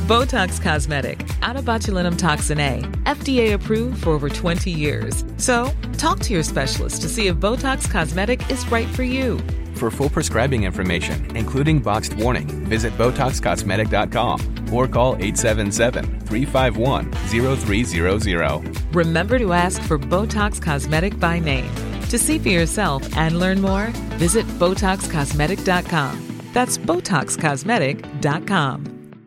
Botox Cosmetic, out of botulinum toxin A, FDA approved for over 20 years. So, talk to your specialist to see if Botox Cosmetic is right for you. For full prescribing information, including boxed warning, visit BotoxCosmetic.com or call 877-351-0300. Remember to ask for Botox Cosmetic by name. To see for yourself and learn more, visit BotoxCosmetic.com. That's BotoxCosmetic.com.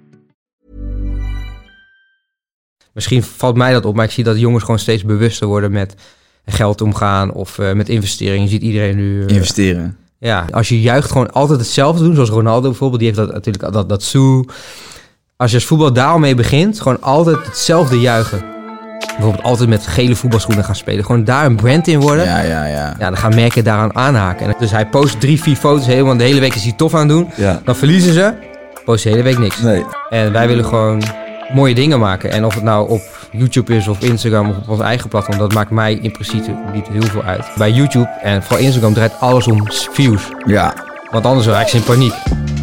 Misschien valt mij dat op, maar ik zie dat jongens gewoon steeds bewuster worden met geld omgaan of met investeringen. Je ziet iedereen nu... investeren. Ja, als je juicht gewoon altijd hetzelfde doen, zoals Ronaldo bijvoorbeeld, die heeft dat natuurlijk, dat Sue. Als je als voetbal daar al mee begint, gewoon altijd hetzelfde juichen. Bijvoorbeeld altijd met gele voetbalschoenen gaan spelen. Gewoon daar een brand in worden. Ja, dan gaan merken daaraan aanhaken. En dus hij post 3-4 foto's helemaal. De hele week is hij tof aan het doen. Ja. Dan verliezen ze. Post de hele week niks. Nee. En wij willen gewoon mooie dingen maken. En of het nou op YouTube is of Instagram of op ons eigen platform, dat maakt mij in principe niet heel veel uit. Bij YouTube en vooral Instagram draait alles om views. Ja. Want anders raak je in paniek.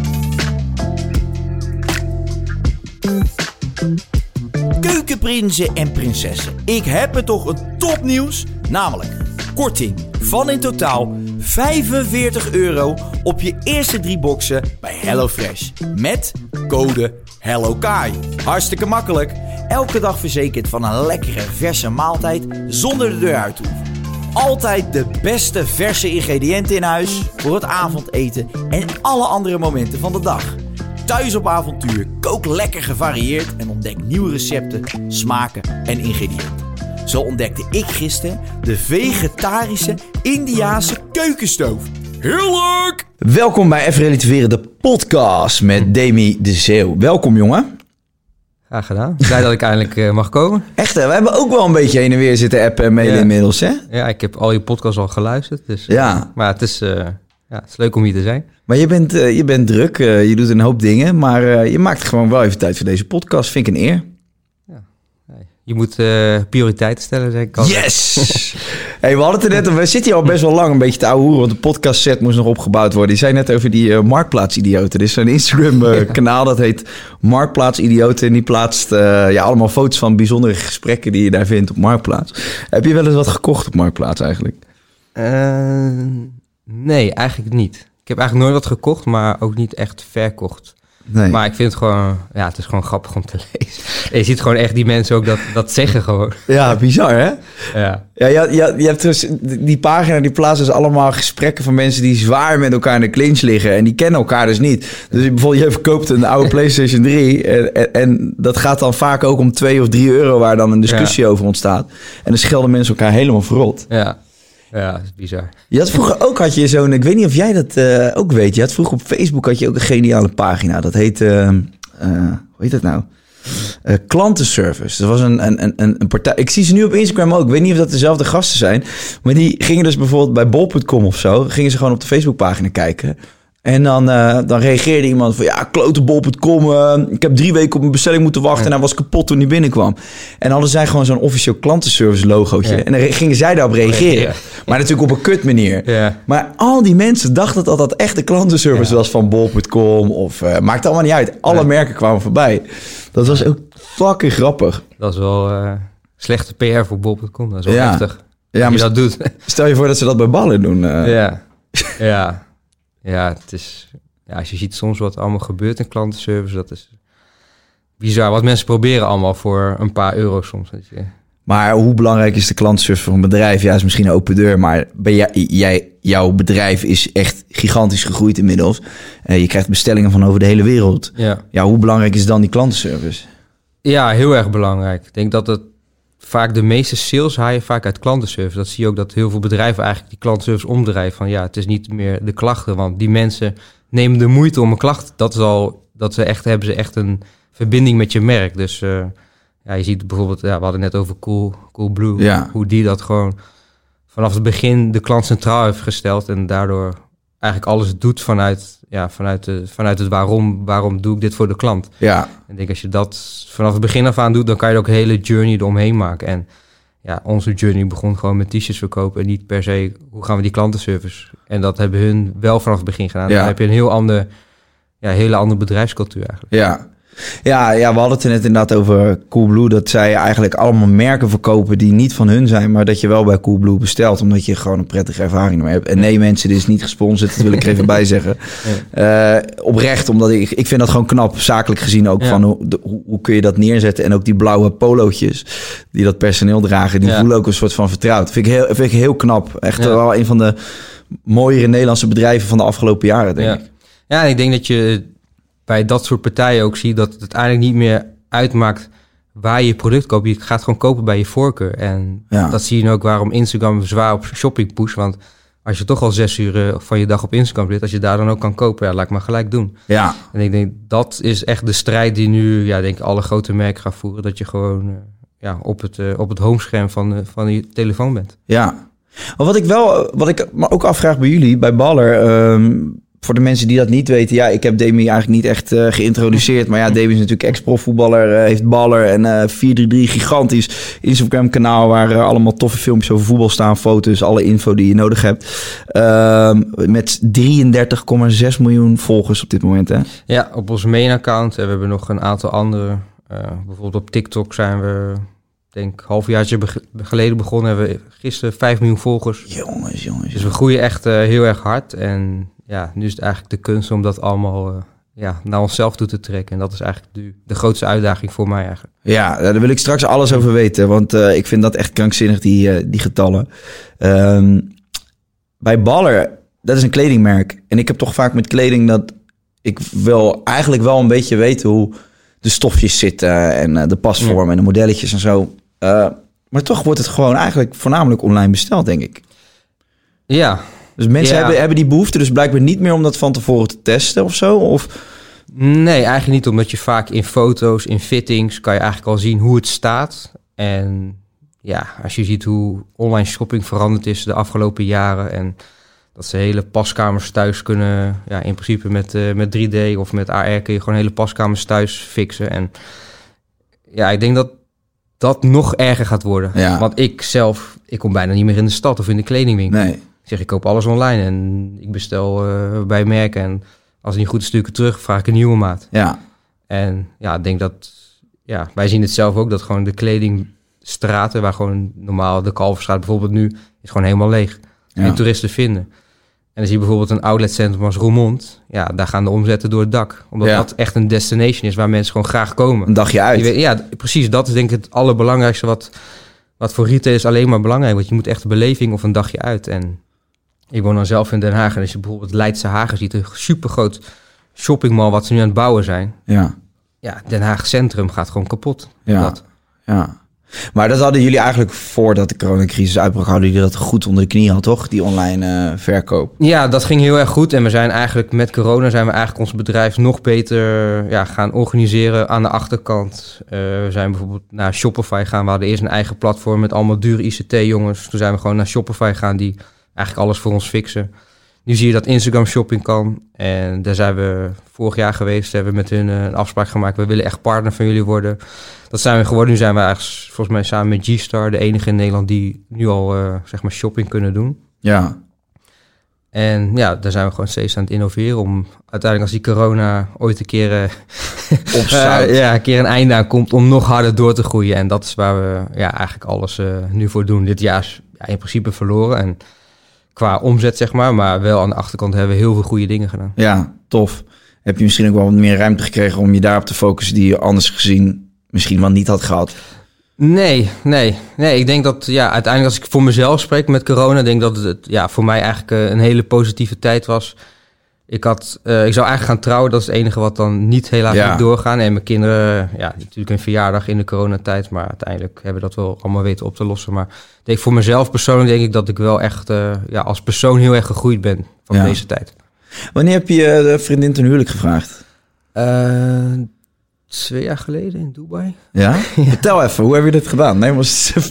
Keukenprinsen en prinsessen. Ik heb er toch een topnieuws. Namelijk korting van in totaal €45 op je eerste 3 boxen bij HelloFresh. Met code HelloKaai. Hartstikke makkelijk. Elke dag verzekerd van een lekkere verse maaltijd zonder de deur uit te hoeven. Altijd de beste verse ingrediënten in huis voor het avondeten en alle andere momenten van de dag. Thuis op avontuur, kook lekker gevarieerd en ontdek nieuwe recepten, smaken en ingrediënten. Zo ontdekte ik gisteren de vegetarische Indiase keukenstoof. Heerlijk! Welkom bij Even Relativeren, de podcast met Demi de Zeeuw. Welkom, jongen. Graag gedaan. Blij dat ik eindelijk mag komen. Echt, hè? We hebben ook wel een beetje heen en weer zitten appen en mailen inmiddels, hè? Ja, ik heb al je podcasts al geluisterd. Dus, ja. Maar het is leuk om hier te zijn. Maar je bent druk, je doet een hoop dingen, maar je maakt gewoon wel even tijd voor deze podcast. Vind ik een eer. Je moet prioriteiten stellen, zeg ik al. Yes! Hey, we hadden het er net, we zitten hier al best wel lang een beetje te ouwehoeren, want de podcast set moest nog opgebouwd worden. Je zei net over die Marktplaatsidioten. Er is zo'n Instagram kanaal, dat heet Marktplaatsidioten. En die plaatst allemaal foto's van bijzondere gesprekken die je daar vindt op Marktplaats. Heb je wel eens wat gekocht op Marktplaats eigenlijk? Nee, eigenlijk niet. Ik heb eigenlijk nooit wat gekocht, maar ook niet echt verkocht. Nee. Maar ik vind het gewoon, het is gewoon grappig om te lezen. En je ziet gewoon echt die mensen ook dat zeggen gewoon. Ja, bizar hè? Ja. Ja, je hebt dus die pagina, die plaatst dus allemaal gesprekken van mensen die zwaar met elkaar in de clinch liggen. En die kennen elkaar dus niet. Dus bijvoorbeeld, je verkoopt een oude PlayStation 3 en dat gaat dan vaak ook om €2 of €3 waar dan een discussie over ontstaat. En dan schelden mensen elkaar helemaal verrot. Ja, dat is bizar. Je had vroeger ook, had je zo'n, ik weet niet of jij dat ook weet. Je had vroeger op Facebook had je ook een geniale pagina. Dat heet, hoe heet dat nou? Klantenservice. Dat was een partij. Ik zie ze nu op Instagram ook. Ik weet niet of dat dezelfde gasten zijn. Maar die gingen dus bijvoorbeeld bij bol.com of zo. Gingen ze gewoon op de Facebookpagina kijken. En dan reageerde iemand van, klote bol.com. Ik heb 3 weken op een bestelling moeten wachten en hij was kapot toen hij binnenkwam. En hadden zij gewoon zo'n officieel klantenservice logootje. Ja. En dan gingen zij daarop reageren. Ja. Maar natuurlijk op een kut manier. Ja. Maar al die mensen dachten dat dat echt de klantenservice was van bol.com. Of maakt allemaal niet uit. Alle merken kwamen voorbij. Dat was ook fucking grappig. Dat is wel slechte PR voor bol.com. Dat is wel heftig. Ja, maar dat doet. Stel je voor dat ze dat bij ballen doen. Ja, het is, als je ziet soms wat allemaal gebeurt in klantenservice, dat is bizar. Wat mensen proberen allemaal voor een paar euro soms. Maar hoe belangrijk is de klantenservice voor een bedrijf? Ja, is misschien een open deur, maar jouw bedrijf is echt gigantisch gegroeid inmiddels. Je krijgt bestellingen van over de hele wereld. Ja, hoe belangrijk is dan die klantenservice? Ja, heel erg belangrijk. Ik denk dat het vaak de meeste sales haal je vaak uit klantenservice. Dat zie je ook dat heel veel bedrijven eigenlijk die klantenservice omdraaien. Van het is niet meer de klachten, want die mensen nemen de moeite om een klacht. Hebben ze echt een verbinding met je merk. Dus je ziet bijvoorbeeld, we hadden net over Coolblue. Ja. Hoe die dat gewoon vanaf het begin de klant centraal heeft gesteld en daardoor eigenlijk alles doet vanuit het waarom doe ik dit voor de klant. Ja. En ik denk als je dat vanaf het begin af aan doet, dan kan je ook een hele journey eromheen maken. En onze journey begon gewoon met t-shirts verkopen en niet per se hoe gaan we die klantenservice. En dat hebben hun wel vanaf het begin gedaan. Ja. Dan heb je een hele andere bedrijfscultuur eigenlijk. Ja. Ja, we hadden het er net inderdaad over Coolblue. Dat zij eigenlijk allemaal merken verkopen die niet van hun zijn, maar dat je wel bij Coolblue bestelt, omdat je gewoon een prettige ervaring mee hebt. En nee mensen, dit is niet gesponsord, dat wil ik er even bij zeggen. Oprecht, omdat ik vind dat gewoon knap, zakelijk gezien ook, van hoe kun je dat neerzetten. En ook die blauwe polootjes die dat personeel dragen, die voelen ook een soort van vertrouwd. Vind ik heel knap. Echt wel een van de mooiere Nederlandse bedrijven van de afgelopen jaren, denk ik. Ja, en ik denk dat je bij dat soort partijen ook ziet dat het uiteindelijk niet meer uitmaakt waar je je product koopt. Je gaat gewoon kopen bij je voorkeur. En dat zie je ook waarom Instagram zwaar op shopping push. Want als je toch al 6 uur van je dag op Instagram zit, als je daar dan ook kan kopen, laat ik maar gelijk doen. Ja. En ik denk, dat is echt de strijd die nu, denk ik, alle grote merken gaan voeren. Dat je gewoon op het homescherm van je telefoon bent. Ja. Wat ik me ook afvraag bij jullie, bij Baller, voor de mensen die dat niet weten, ik heb Demi eigenlijk niet echt geïntroduceerd. Maar Demi is natuurlijk ex-profvoetballer, heeft Baller en 433, gigantisch Instagram-kanaal waar allemaal toffe filmpjes over voetbal staan, foto's, alle info die je nodig hebt. Met 33,6 miljoen volgers op dit moment, hè? Ja, op ons main-account. We hebben nog een aantal andere. Bijvoorbeeld op TikTok zijn we, denk halfjaartje geleden begonnen. Hebben we gisteren 5 miljoen volgers. Jongens. Dus we groeien echt heel erg hard. En nu is het eigenlijk de kunst om dat allemaal naar onszelf toe te trekken. En dat is eigenlijk de grootste uitdaging voor mij eigenlijk. Ja, daar wil ik straks alles over weten. Want ik vind dat echt krankzinnig, die getallen. Bij Baller, dat is een kledingmerk. En ik heb toch vaak met kleding dat ik wil eigenlijk wel een beetje weten hoe de stofjes zitten en de pasvorm en de modelletjes en zo. Maar toch wordt het gewoon eigenlijk voornamelijk online besteld, denk ik. Ja. Dus mensen hebben die behoefte dus blijkbaar niet meer om dat van tevoren te testen of zo? Of? Nee, eigenlijk niet. Omdat je vaak in foto's, in fittings, kan je eigenlijk al zien hoe het staat. En als je ziet hoe online shopping veranderd is de afgelopen jaren en dat ze hele paskamers thuis kunnen, in principe met 3D of met AR kun je gewoon hele paskamers thuis fixen. En ik denk dat dat nog erger gaat worden. Ja. Want ik kom bijna niet meer in de stad of in de kledingwinkel. Nee. Ik koop alles online en ik bestel bij merken. En als het niet goed is, stuur ik het terug, vraag ik een nieuwe maat. Ja. En ik denk dat, wij zien het zelf ook, dat gewoon de kledingstraten, waar gewoon normaal de Kalverstraat bijvoorbeeld nu, is gewoon helemaal leeg. Geen toeristen vinden. En dan zie je bijvoorbeeld een outletcentrum als Roermond. Daar gaan de omzetten door het dak. Omdat dat echt een destination is waar mensen gewoon graag komen. Een dagje uit. Precies. Dat is denk ik het allerbelangrijkste wat voor retailers alleen maar belangrijk is. Want je moet echt een beleving of een dagje uit. En ik woon dan zelf in Den Haag. En als je bijvoorbeeld Leidse Hagen ziet, een supergroot shoppingmall wat ze nu aan het bouwen zijn. Ja, Den Haag Centrum gaat gewoon kapot. Ja. Maar dat hadden jullie eigenlijk voordat de coronacrisis uitbrak, hadden jullie dat goed onder de knie al, toch? Die online verkoop. Ja, dat ging heel erg goed. En we zijn eigenlijk met corona zijn we eigenlijk ons bedrijf nog beter gaan organiseren aan de achterkant. We zijn bijvoorbeeld naar Shopify gaan. We hadden eerst een eigen platform met allemaal dure ICT-jongens. Toen zijn we gewoon naar Shopify gaan die eigenlijk alles voor ons fixen. Nu zie je dat Instagram shopping kan. En daar zijn we vorig jaar geweest. Hebben we met hun een afspraak gemaakt. We willen echt partner van jullie worden. Dat zijn we geworden. Nu zijn we eigenlijk volgens mij samen met G-Star de enige in Nederland die nu al shopping kunnen doen. Ja. En daar zijn we gewoon steeds aan het innoveren om uiteindelijk als die corona ooit een keer een keer een einde aan komt om nog harder door te groeien. En dat is waar we eigenlijk alles nu voor doen. Dit jaar is in principe verloren en qua omzet zeg maar wel aan de achterkant hebben we heel veel goede dingen gedaan. Ja, tof. Heb je misschien ook wel wat meer ruimte gekregen om je daarop te focussen die je anders gezien misschien wel niet had gehad? Nee. Ik denk dat uiteindelijk als ik voor mezelf spreek met corona, denk dat het voor mij eigenlijk een hele positieve tijd was. Ik zou eigenlijk gaan trouwen, dat is het enige wat dan niet helaas niet doorgaan. En mijn kinderen, natuurlijk een verjaardag in de coronatijd, maar uiteindelijk hebben we dat wel allemaal weten op te lossen. Maar ik denk voor mezelf persoonlijk denk ik dat ik wel echt als persoon heel erg gegroeid ben van deze tijd. Wanneer heb je de vriendin ten huwelijk gevraagd? 2 jaar geleden in Dubai. Ja? Vertel even, hoe heb je dit gedaan? Neem ons even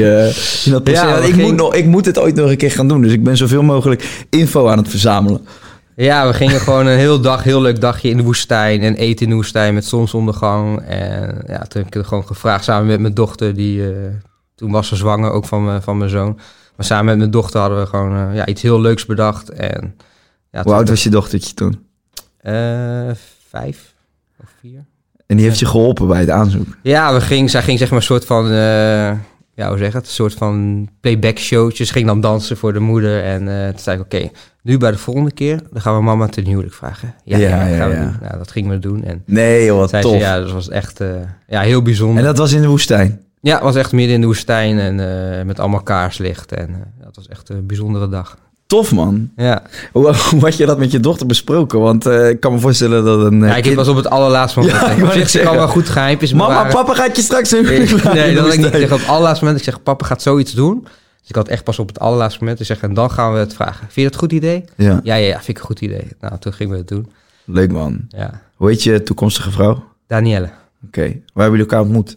mee. Ik moet het ooit nog een keer gaan doen, dus ik ben zoveel mogelijk info aan het verzamelen. Ja, we gingen gewoon een heel leuk dagje in de woestijn en eten in de woestijn met zonsondergang. En toen heb ik het gewoon gevraagd samen met mijn dochter, toen was ze zwanger, ook van mijn zoon. Maar samen met mijn dochter hadden we gewoon iets heel leuks bedacht. En, hoe oud was je dochtertje toen? 5 of 4. En die heeft je geholpen bij het aanzoek? Ja, zij ging zeg maar een soort van... hoe zeg het? Een soort van playback showtjes. Ging dan dansen voor de moeder. En toen zei ik, oké, nu bij de volgende keer... dan gaan we mama ten huwelijk vragen. Ja, gaan we doen. Nou, dat gingen we doen. En nee, joh, wat tof. Dat was echt heel bijzonder. En dat was in de woestijn? Ja, het was echt midden in de woestijn. En met allemaal kaarslicht. En dat was echt een bijzondere dag. Tof, man. Ja. Hoe had je dat met je dochter besproken? Want ik kan me voorstellen dat een ik heb was op het allerlaatste moment. Ik kan wel goed geheimpjes Mama, papa gaat je straks... Nee, dat had ik niet. Ik zeg op het allerlaatste moment. Ik zeg, papa gaat zoiets doen. Dus ik had echt pas op het allerlaatste moment. Ik zeg, en dan gaan we het vragen. Vind je dat een goed idee? Ja. Ja, vind ik een goed idee. Nou, toen gingen we het doen. Leuk, man. Ja. Hoe heet je toekomstige vrouw? Danielle. Oké. Waar hebben jullie elkaar ontmoet?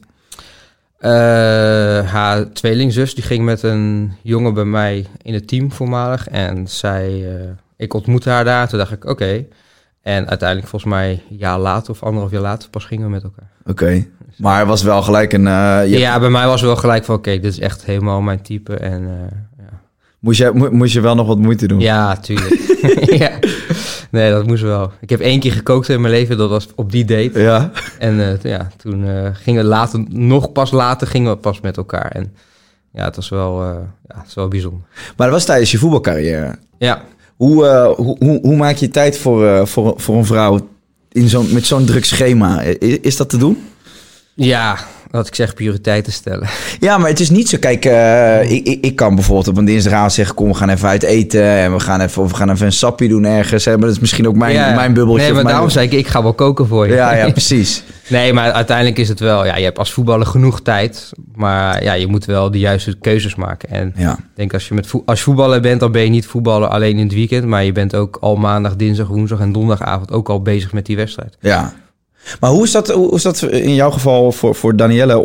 Haar tweelingzus, die ging met een jongen bij mij in het team voormalig. En ik ontmoette haar daar. Toen dacht ik, oké. En uiteindelijk volgens mij een jaar later of 1,5 jaar later pas gingen we met elkaar. Oké. Maar er was wel gelijk een... Ja, bij mij was wel gelijk van, oké, dit is echt helemaal mijn type. En Moest je wel nog wat moeite doen? Ja, tuurlijk. Ja. Nee, dat moest wel. Ik heb 1 keer gekookt in mijn leven, dat was op die date. Ja. En toen gingen we pas met elkaar. En ja, het was wel bijzonder. Maar dat was tijdens je voetbalcarrière? Ja. Hoe maak je tijd voor een vrouw met zo'n druk schema? Is dat te doen? Ja, wat ik zeg, prioriteiten stellen. Ja, maar het is niet zo. Kijk, ik kan bijvoorbeeld op een dinsdagavond zeggen... kom, we gaan even uit eten en we gaan even een sappie doen ergens. Hè? Maar dat is misschien ook mijn bubbeltje. Nee, maar daarom zei ik ga wel koken voor je. Ja, precies. Nee, maar uiteindelijk is het wel... Ja, je hebt als voetballer genoeg tijd. Maar ja, je moet wel de juiste keuzes maken. En ik denk als je als voetballer bent... dan ben je niet voetballer alleen in het weekend. Maar je bent ook al maandag, dinsdag, woensdag en donderdagavond... ook al bezig met die wedstrijd. Ja. Maar hoe is dat in jouw geval voor Danielle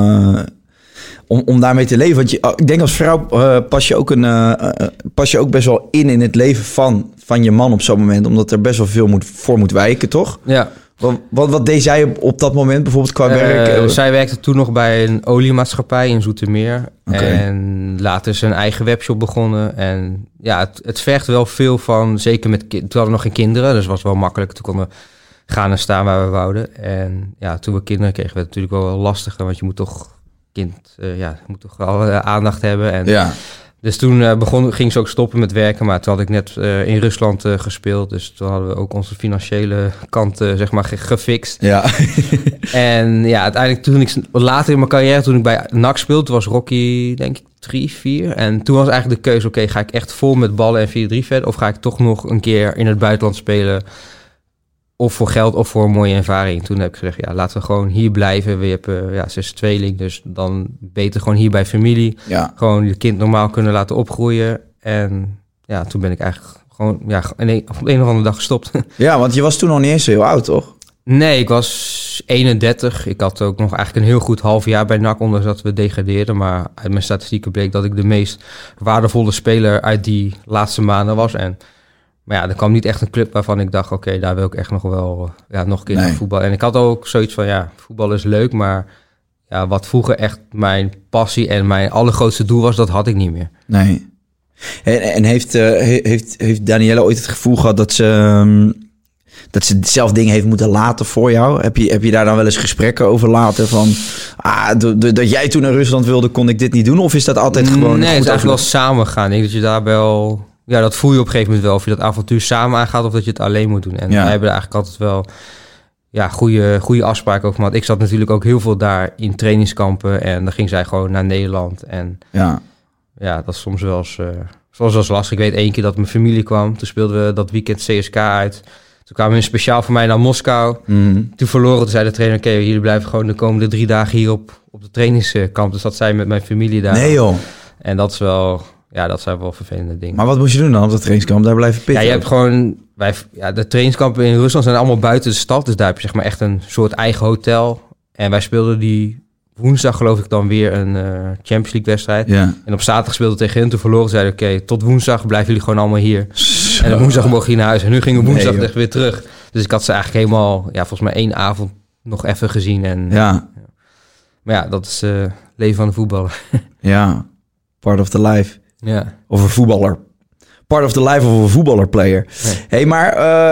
om daarmee te leven? Want ik denk als vrouw pas je ook best wel in het leven van je man op zo'n moment. Omdat er best wel veel voor moet wijken, toch? Ja. Wat deed zij op dat moment bijvoorbeeld qua werk? Zij werkte toen nog bij een oliemaatschappij in Zoetermeer. Okay. En later is ze een eigen webshop begonnen. En ja, het vergt wel veel van, zeker met toen hadden we nog geen kinderen. Dus het was wel makkelijk. Toen konden we gaan en staan waar we wouden. En ja, toen we kinderen kregen, werd het natuurlijk wel lastiger. Want je moet toch wel aandacht hebben. En ja. Dus toen ging ze ook stoppen met werken. Maar toen had ik net in Rusland gespeeld. Dus toen hadden we ook onze financiële kant zeg maar gefixt. Ja. En ja, uiteindelijk toen ik later in mijn carrière, toen ik bij NAC speelde, toen was Rocky denk ik 3, 4. En toen was eigenlijk de keuze, oké, ga ik echt vol met ballen en 4-3 verder? Of ga ik toch nog een keer in het buitenland spelen? Of voor geld of voor een mooie ervaring. Toen heb ik gezegd, ja, laten we gewoon hier blijven. We hebben, ze is tweeling, dus dan beter gewoon hier bij familie. Ja. Gewoon je kind normaal kunnen laten opgroeien. En ja, toen ben ik eigenlijk gewoon op een of andere dag gestopt. Ja, want je was toen nog niet eens zo heel oud, toch? Nee, ik was 31. Ik had ook nog eigenlijk een heel goed half jaar bij NAC, ondanks dat we degradeerden. Maar uit mijn statistieken bleek dat ik de meest waardevolle speler uit die laatste maanden was. Maar ja, er kwam niet echt een club waarvan ik dacht, oké, daar wil ik echt nog wel nog een keer naar voetbal. En ik had ook zoiets van, ja, voetbal is leuk, maar ja, wat vroeger echt mijn passie en mijn allergrootste doel was, dat had ik niet meer. Nee. En heeft Danielle ooit het gevoel gehad dat ze zelf dingen heeft moeten laten voor jou? Heb je daar dan wel eens gesprekken over laten van, dat jij toen naar Rusland wilde, kon ik dit niet doen? Of is dat altijd gewoon... Nee, het is eigenlijk wel samen gaan. Ik denk dat je daar wel... Ja, dat voel je op een gegeven moment wel. Of je dat avontuur samen aangaat of dat je het alleen moet doen. En wij hebben er eigenlijk altijd wel goede afspraken over gehad. Ik zat natuurlijk ook heel veel daar in trainingskampen. En dan ging zij gewoon naar Nederland. En ja dat is soms wel eens lastig. Ik weet 1 keer dat mijn familie kwam. Toen speelden we dat weekend CSK uit. Toen kwamen we speciaal voor mij naar Moskou. Mm-hmm. Toen verloren. Toen zei de trainer, oké, jullie blijven gewoon de komende 3 dagen hier op de trainingskamp. Dus dat zij met mijn familie daar. Nee joh. En dat is wel... Ja, dat zijn wel vervelende dingen. Maar wat moest je doen dan op dat trainingskamp? Daar blijven pitten? Ja, je hebt gewoon... de trainingskampen in Rusland zijn allemaal buiten de stad. Dus daar heb je zeg maar echt een soort eigen hotel. En wij speelden die woensdag geloof ik dan weer een Champions League wedstrijd. Ja. En op zaterdag speelden we tegen hen. Toen verloren zeiden oké, tot woensdag blijven jullie gewoon allemaal hier. Zo. En op woensdag mogen je naar huis. En nu gingen we woensdag echt weer terug. Dus ik had ze eigenlijk helemaal... Ja, volgens mij 1 avond nog even gezien. En, maar ja, dat is het leven van de voetballer. Ja, part of the life. Ja. Of een voetballer. part of the life of a voetballerplayer. Nee. Hey, maar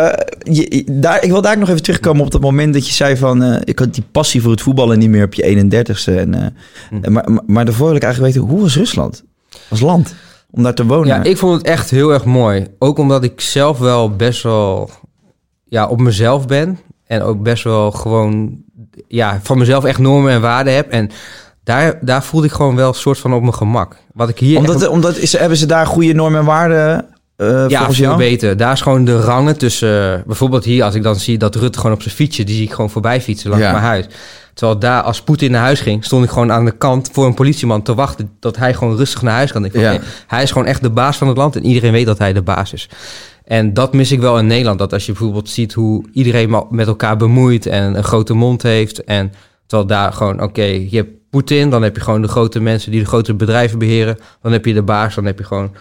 ik wil daar nog even terugkomen op dat moment dat je zei van... ik had die passie voor het voetballen niet meer op je 31ste. Maar daarvoor wil ik eigenlijk weten, hoe was Rusland als land om daar te wonen? Ja, ik vond het echt heel erg mooi. Ook omdat ik zelf wel best wel op mezelf ben. En ook best wel gewoon van mezelf echt normen en waarden heb. En daar voelde ik gewoon wel een soort van op mijn gemak. Wat ik hier hebben ze daar goede normen en waarden volgens veel jou? Beter. Daar is gewoon de rangen tussen... bijvoorbeeld hier, als ik dan zie dat Rutte gewoon op zijn fietsje... die zie ik gewoon voorbij fietsen langs mijn huis. Terwijl daar, als Poetin naar huis ging... stond ik gewoon aan de kant voor een politieman te wachten... dat hij gewoon rustig naar huis kan. Hij is gewoon echt de baas van het land... en iedereen weet dat hij de baas is. En dat mis ik wel in Nederland. Dat als je bijvoorbeeld ziet hoe iedereen met elkaar bemoeit... en een grote mond heeft... en terwijl daar gewoon, je hebt Poetin... dan heb je gewoon de grote mensen die de grote bedrijven beheren... dan heb je de baas, dan heb je gewoon...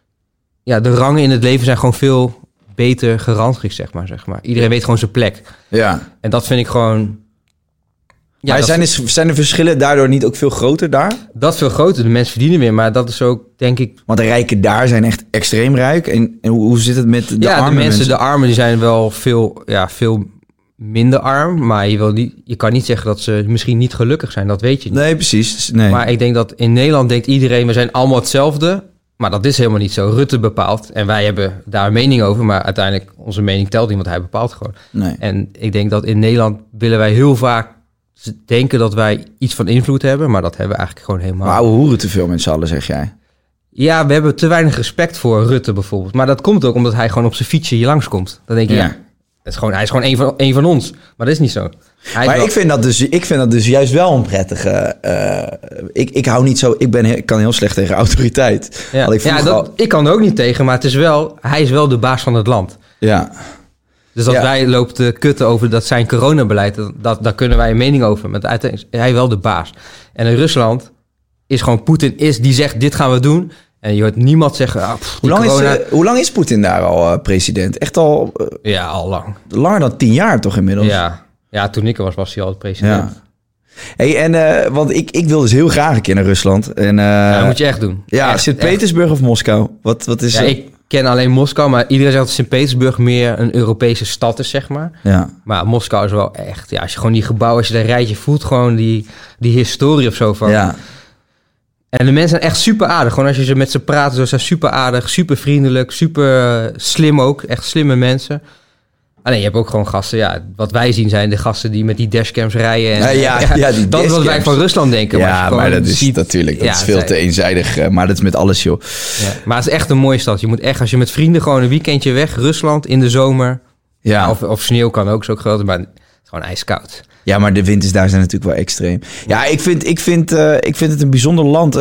de rangen in het leven zijn gewoon veel beter gerangschikd, zeg maar. Iedereen weet gewoon zijn plek. Ja. En dat vind ik gewoon... Ja, maar zijn de verschillen daardoor niet ook veel groter daar? Dat is veel groter. De mensen verdienen meer, maar dat is ook, denk ik... Want de rijken daar zijn echt extreem rijk. En hoe zit het met de arme mensen? De armen die zijn wel veel minder arm. Maar je kan niet zeggen dat ze misschien niet gelukkig zijn. Dat weet je niet. Nee, precies. Nee. Maar ik denk dat in Nederland denkt iedereen... we zijn allemaal hetzelfde. Maar dat is helemaal niet zo. Rutte bepaalt. En wij hebben daar een mening over. Maar uiteindelijk, onze mening telt niet, want hij bepaalt gewoon. Nee. En ik denk dat in Nederland willen wij heel vaak... denken dat wij iets van invloed hebben, maar dat hebben we eigenlijk gewoon helemaal... Maar we hoeren te veel met z'n allen, zeg jij? Ja, we hebben te weinig respect voor Rutte bijvoorbeeld. Maar dat komt ook omdat hij gewoon op zijn fietsje hier langskomt. Dan denk je, hij is gewoon een van ons. Maar dat is niet zo. Ik vind dat dus juist wel een prettige... Ik hou niet zo... Ik kan heel slecht tegen autoriteit. Ja, ik kan er ook niet tegen, maar hij is wel de baas van het land. Ja. Dus als wij lopen te kutten over dat zijn coronabeleid... daar kunnen wij een mening over. Maar uiteindelijk is hij wel de baas. En in Rusland is gewoon Poetin die zegt, dit gaan we doen. En je hoort niemand zeggen... Hoe lang is Poetin daar al president? Echt al... al lang. Langer dan 10 jaar toch inmiddels? Ja, toen ik er was hij al president. Ja. Hey, want ik wil dus heel graag een keer naar Rusland. En, dat moet je echt doen. Ja, Sint-Petersburg of Moskou? Wat is... ik ken alleen Moskou, maar iedereen zegt dat Sint-Petersburg meer een Europese stad is, zeg maar. Ja. Maar Moskou is wel echt... als je gewoon die gebouwen, als je daar rijdt, je voelt gewoon die historie of zo van... Ja. En de mensen zijn echt super aardig. Gewoon als je ze met ze praat, ze zijn super aardig, super vriendelijk, super slim ook. Echt slimme mensen. Alleen je hebt ook gewoon gasten, wat wij zien zijn de gasten die met die dashcams rijden. En, dat is wat wij van Rusland denken. Maar dat is natuurlijk, dat is veel te eenzijdig. Maar dat is met alles, joh. Ja, maar het is echt een mooie stad. Je moet echt, als je met vrienden gewoon een weekendje weg, Rusland in de zomer. Ja. Of sneeuw kan ook, is ook groot, maar het is gewoon ijskoud. Ja, maar de winters daar zijn natuurlijk wel extreem. Ja, ik vind het een bijzonder land.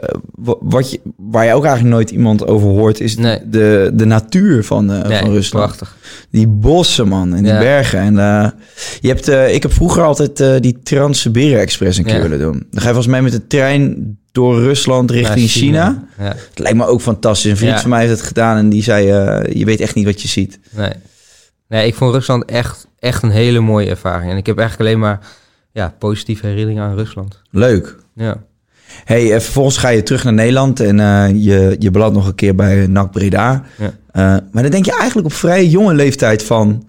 Waar je ook eigenlijk nooit iemand over hoort... is de natuur van Rusland. Prachtig. Die bossen, man. En die bergen. En ik heb vroeger altijd die Trans-Siberië Express een keer willen doen. Dan ga je volgens mij met de trein door Rusland richting China. Ja. Het lijkt me ook fantastisch. Een vriend van mij heeft het gedaan en die zei... je weet echt niet wat je ziet. Nee, ik vond Rusland echt een hele mooie ervaring. En ik heb eigenlijk alleen maar positieve herinneringen aan Rusland. Leuk. Ja. Hey, vervolgens ga je terug naar Nederland en je belandt nog een keer bij NAC Breda. Ja. Maar dan denk je eigenlijk op vrij jonge leeftijd van...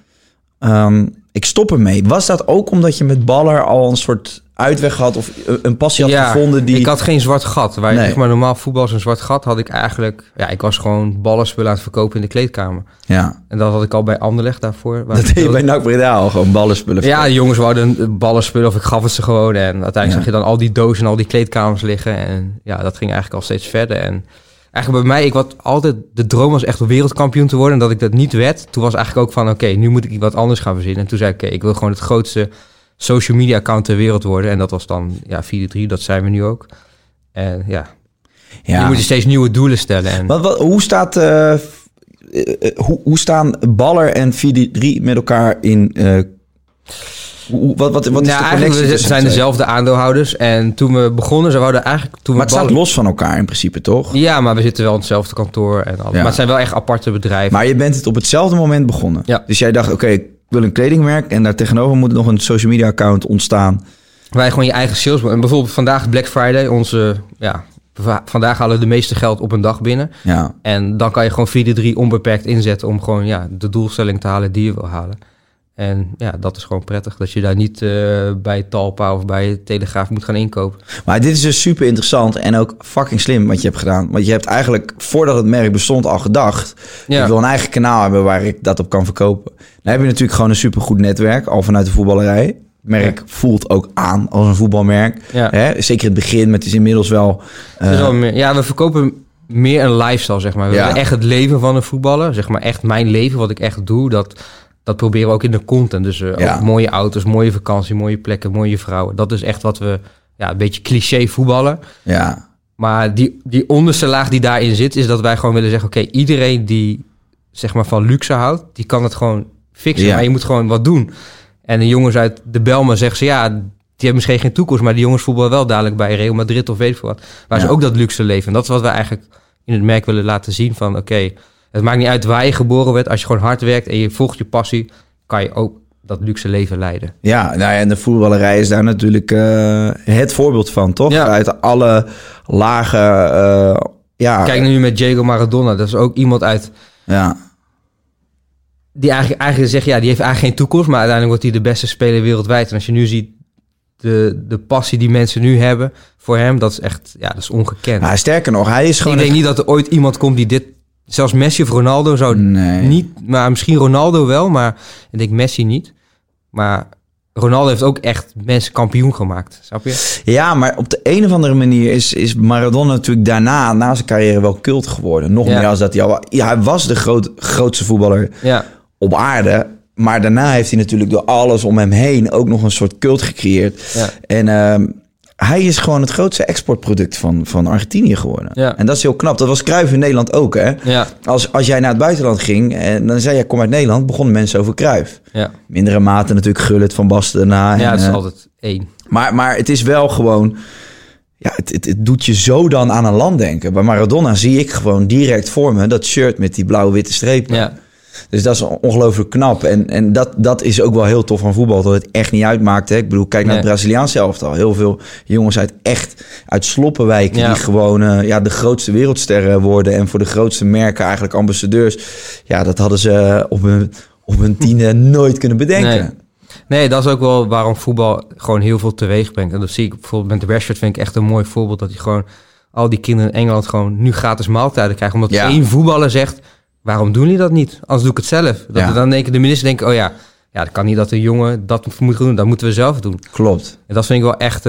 ik stop ermee. Was dat ook omdat je met baller al een soort uitweg had of een passie had gevonden? Ik had geen zwart gat. Waar je zeg maar normaal voetbal is een zwart gat, had ik eigenlijk... ik was gewoon ballenspullen aan het verkopen in de kleedkamer. Ja. En dat had ik al bij Anderlecht daarvoor. Dat deed je bij NAC Breda al, gewoon ballenspullen verkopen. Ja, de jongens wouden ballenspullen of ik gaf het ze gewoon. En uiteindelijk zag je dan al die dozen en al die kleedkamers liggen. En dat ging eigenlijk al steeds verder. En eigenlijk bij mij, ik had altijd... De droom was echt wereldkampioen te worden. En dat ik dat niet werd. Toen was eigenlijk ook van, oké, nu moet ik wat anders gaan verzinnen. En toen zei ik, ik wil gewoon het grootste social media account ter wereld worden. En dat was dan 4-3, dat zijn we nu ook. En je moet je steeds nieuwe doelen stellen. En... Hoe staan Baller en 4-3 met elkaar in... Wat is de connectie? We zijn dezelfde aandeelhouders. En toen we begonnen, ze wouden eigenlijk... Maar het staat los van elkaar in principe, toch? Ja, maar we zitten wel in hetzelfde kantoor. En alles. Maar het zijn wel echt aparte bedrijven. Maar je bent het op hetzelfde moment begonnen. Ja. Dus jij dacht, ik wil een kledingmerk... en daar tegenover moet nog een social media account ontstaan. Wij gewoon je eigen sales... En bijvoorbeeld vandaag Black Friday, onze vandaag halen we de meeste geld op een dag binnen. Ja. En dan kan je gewoon 4-3 onbeperkt inzetten om gewoon de doelstelling te halen die je wil halen. En ja, dat is gewoon prettig. Dat je daar niet bij Talpa of bij Telegraaf moet gaan inkopen. Maar dit is dus super interessant en ook fucking slim wat je hebt gedaan. Want je hebt eigenlijk, voordat het merk bestond, al gedacht... Ja. Ik wil een eigen kanaal hebben waar ik dat op kan verkopen. Dan heb je natuurlijk gewoon een supergoed netwerk, al vanuit de voetballerij. Het merk voelt ook aan als een voetbalmerk. Ja. Hè? Zeker in het begin, maar het is inmiddels wel... Het is wel meer, we verkopen meer een lifestyle, zeg maar. We willen echt het leven van een voetballer. Zeg maar echt mijn leven, wat ik echt doe, dat proberen we ook in de content. Dus ook mooie auto's, mooie vakantie, mooie plekken, mooie vrouwen. Dat is echt wat we, een beetje cliché voetballen. Ja. Maar die onderste laag die daarin zit, is dat wij gewoon willen zeggen... Oké, iedereen die zeg maar van luxe houdt, die kan het gewoon fixen. Ja. Maar je moet gewoon wat doen. En de jongens uit de Belma zeggen ze... die hebben misschien geen toekomst, maar die jongens voetballen wel dadelijk bij Real Madrid of weet ik veel wat. Waar ze ook dat luxe leven. En dat is wat we eigenlijk in het merk willen laten zien van... Oké, het maakt niet uit waar je geboren werd. Als je gewoon hard werkt en je volgt je passie, kan je ook dat luxe leven leiden. Ja, nou ja, en de voetballerij is daar natuurlijk het voorbeeld van, toch? Ja. Uit alle lagen, Kijk nu met Diego Maradona. Dat is ook iemand uit... Ja. Die eigenlijk zegt, die heeft eigenlijk geen toekomst, maar uiteindelijk wordt hij de beste speler wereldwijd. En als je nu ziet de passie die mensen nu hebben voor hem, dat is echt, dat is ongekend. Maar sterker nog, hij is gewoon... Ik denk niet dat er ooit iemand komt die dit, zelfs Messi of Ronaldo zou niet, maar misschien Ronaldo wel, maar ik denk Messi niet. Maar Ronaldo heeft ook echt mensen kampioen gemaakt, snap je? Ja, maar op de een of andere manier is Maradona natuurlijk daarna, na zijn carrière, wel cult geworden. Nog meer als dat hij al... Ja, hij was de grootste voetballer op aarde. Maar daarna heeft hij natuurlijk door alles om hem heen ook nog een soort cult gecreëerd. Ja. En hij is gewoon het grootste exportproduct van Argentinië geworden. Ja. En dat is heel knap. Dat was Cruyff in Nederland ook, hè? Ja. Als jij naar het buitenland ging en dan zei je, kom uit Nederland, begonnen mensen over Cruyff. Ja. Mindere mate natuurlijk Gullit, Van Basten daarna. Ja, het is altijd één. Maar het is wel gewoon... Ja, het doet je zo dan aan een land denken. Bij Maradona zie ik gewoon direct voor me dat shirt met die blauw-witte strepen. Ja. Dus dat is ongelooflijk knap. En dat is ook wel heel tof van voetbal, dat het echt niet uitmaakt. Hè? Ik bedoel, kijk naar het Braziliaanse elftal. Heel veel jongens uit sloppenwijken die gewoon de grootste wereldsterren worden en voor de grootste merken eigenlijk ambassadeurs. Ja, dat hadden ze op hun tiende nooit kunnen bedenken. Nee, dat is ook wel waarom voetbal gewoon heel veel teweeg brengt. En dat zie ik bijvoorbeeld met Rashford, vind ik echt een mooi voorbeeld, dat hij gewoon al die kinderen in Engeland gewoon nu gratis maaltijden krijgen. Omdat één voetballer zegt, waarom doen jullie dat niet? Anders doe ik het zelf. Dan denken de minister, dat kan niet dat een jongen dat moet doen. Dat moeten we zelf doen. Klopt. En dat vind ik wel echt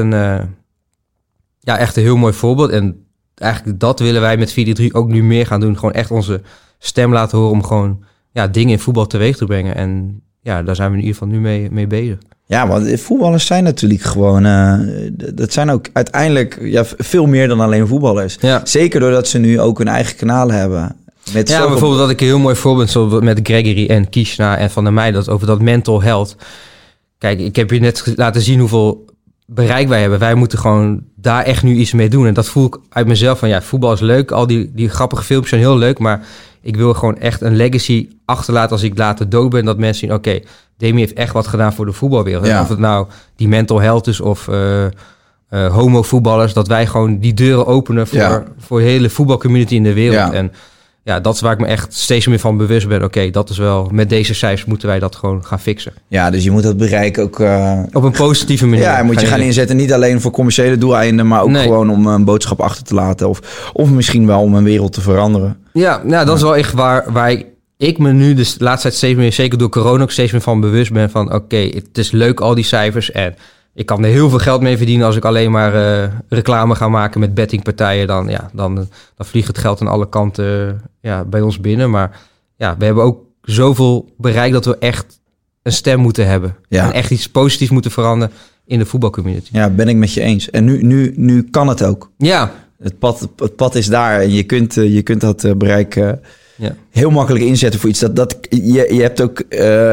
echt een heel mooi voorbeeld. En eigenlijk dat willen wij met 4-3 ook nu meer gaan doen. Gewoon echt onze stem laten horen om gewoon dingen in voetbal teweeg te brengen. En daar zijn we in ieder geval nu mee bezig. Ja, want voetballers zijn natuurlijk gewoon... dat zijn ook uiteindelijk veel meer dan alleen voetballers. Ja. Zeker doordat ze nu ook hun eigen kanaal hebben. Bijvoorbeeld dat ik een heel mooi voorbeeld zoals met Gregory en Kishna en Van der Meij, dat over dat mental health. Kijk, ik heb je net laten zien hoeveel bereik wij hebben. Wij moeten gewoon daar echt nu iets mee doen. En dat voel ik uit mezelf van, voetbal is leuk. Al die grappige filmpjes zijn heel leuk, maar ik wil gewoon echt een legacy achterlaten als ik later dood ben. Dat mensen zien, oké, Demi heeft echt wat gedaan voor de voetbalwereld. Ja. Of het nou die mental health is of homo-voetballers, dat wij gewoon die deuren openen voor de hele voetbalcommunity in de wereld. Ja. En dat is waar ik me echt steeds meer van bewust ben. Oké, dat is wel, met deze cijfers moeten wij dat gewoon gaan fixen. Ja, dus je moet dat bereik ook... op een positieve manier. Ja, moet je gaan inzetten. Niet alleen voor commerciële doeleinden, maar ook gewoon om een boodschap achter te laten. Of misschien wel om een wereld te veranderen. Ja, dat is wel echt waar ik me nu de laatste tijd steeds meer, zeker door corona, ook steeds meer van bewust ben van oké, het is leuk al die cijfers en ik kan er heel veel geld mee verdienen als ik alleen maar reclame ga maken met bettingpartijen. Dan vliegt het geld aan alle kanten bij ons binnen. Maar we hebben ook zoveel bereikt dat we echt een stem moeten hebben. Ja. En echt iets positiefs moeten veranderen in de voetbalcommunity. Ja, ben ik met je eens. En nu kan het ook. Ja. Het pad is daar en je kunt dat bereik heel makkelijk inzetten voor iets. Je hebt ook...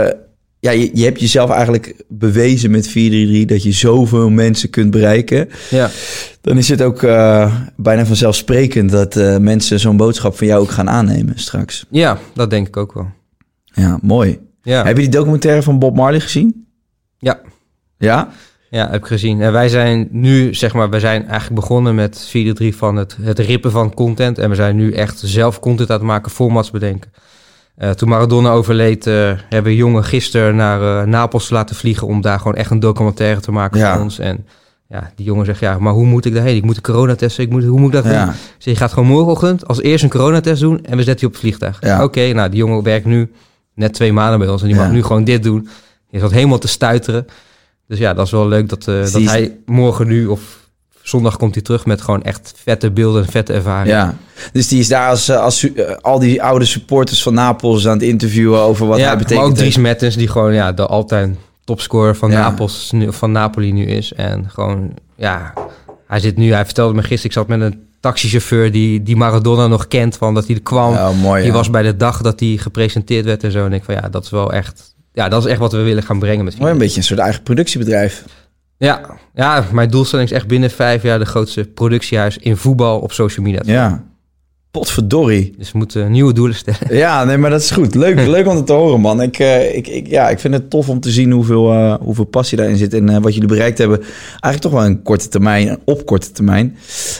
je hebt jezelf eigenlijk bewezen met 4-3-3 dat je zoveel mensen kunt bereiken. Ja. Dan is het ook bijna vanzelfsprekend dat mensen zo'n boodschap van jou ook gaan aannemen straks. Ja, dat denk ik ook wel. Ja, mooi. Ja. Heb je die documentaire van Bob Marley gezien? Ja. Ja? Ja, heb ik gezien. En wij zijn nu, wij zijn eigenlijk begonnen met 4-3 van het rippen van content. En we zijn nu echt zelf content aan het maken, formats bedenken. Toen Maradona overleed, hebben jongen gisteren naar Napels laten vliegen om daar gewoon echt een documentaire te maken van ons. En ja, die jongen zegt, maar hoe moet ik daarheen? Ik moet een coronatest, hoe moet ik dat doen? Dus je gaat gewoon morgenochtend als eerst een coronatest doen en we zetten je op het vliegtuig. Ja. Oké, nou die jongen werkt nu net 2 maanden bij ons en die mag nu gewoon dit doen. Je zat helemaal te stuiteren. Dus ja, dat is wel leuk dat hij morgen nu of zondag komt hij terug met gewoon echt vette beelden en vette ervaringen. Ja, dus die is daar als al die oude supporters van Napels aan het interviewen over wat hij betekent. Maar ook Dries Mertens, die gewoon de altijd topscorer van Napels, van Napoli nu is. En gewoon, hij vertelde me gisteren, ik zat met een taxichauffeur die Maradona nog kent, van dat hij er kwam. Ja, mooi, die was bij de dag dat hij gepresenteerd werd en zo. En ik van dat is wel echt... Ja, dat is echt wat we willen gaan brengen. Mooi, een beetje een soort eigen productiebedrijf. Ja, mijn doelstelling is echt binnen 5 jaar de grootste productiehuis in voetbal op social media. Ja, potverdorie. Dus we moeten nieuwe doelen stellen. Ja, nee, maar dat is goed. Leuk om het te horen, man. Ik vind het tof om te zien hoeveel passie daarin zit en wat jullie bereikt hebben. Eigenlijk toch wel op korte termijn.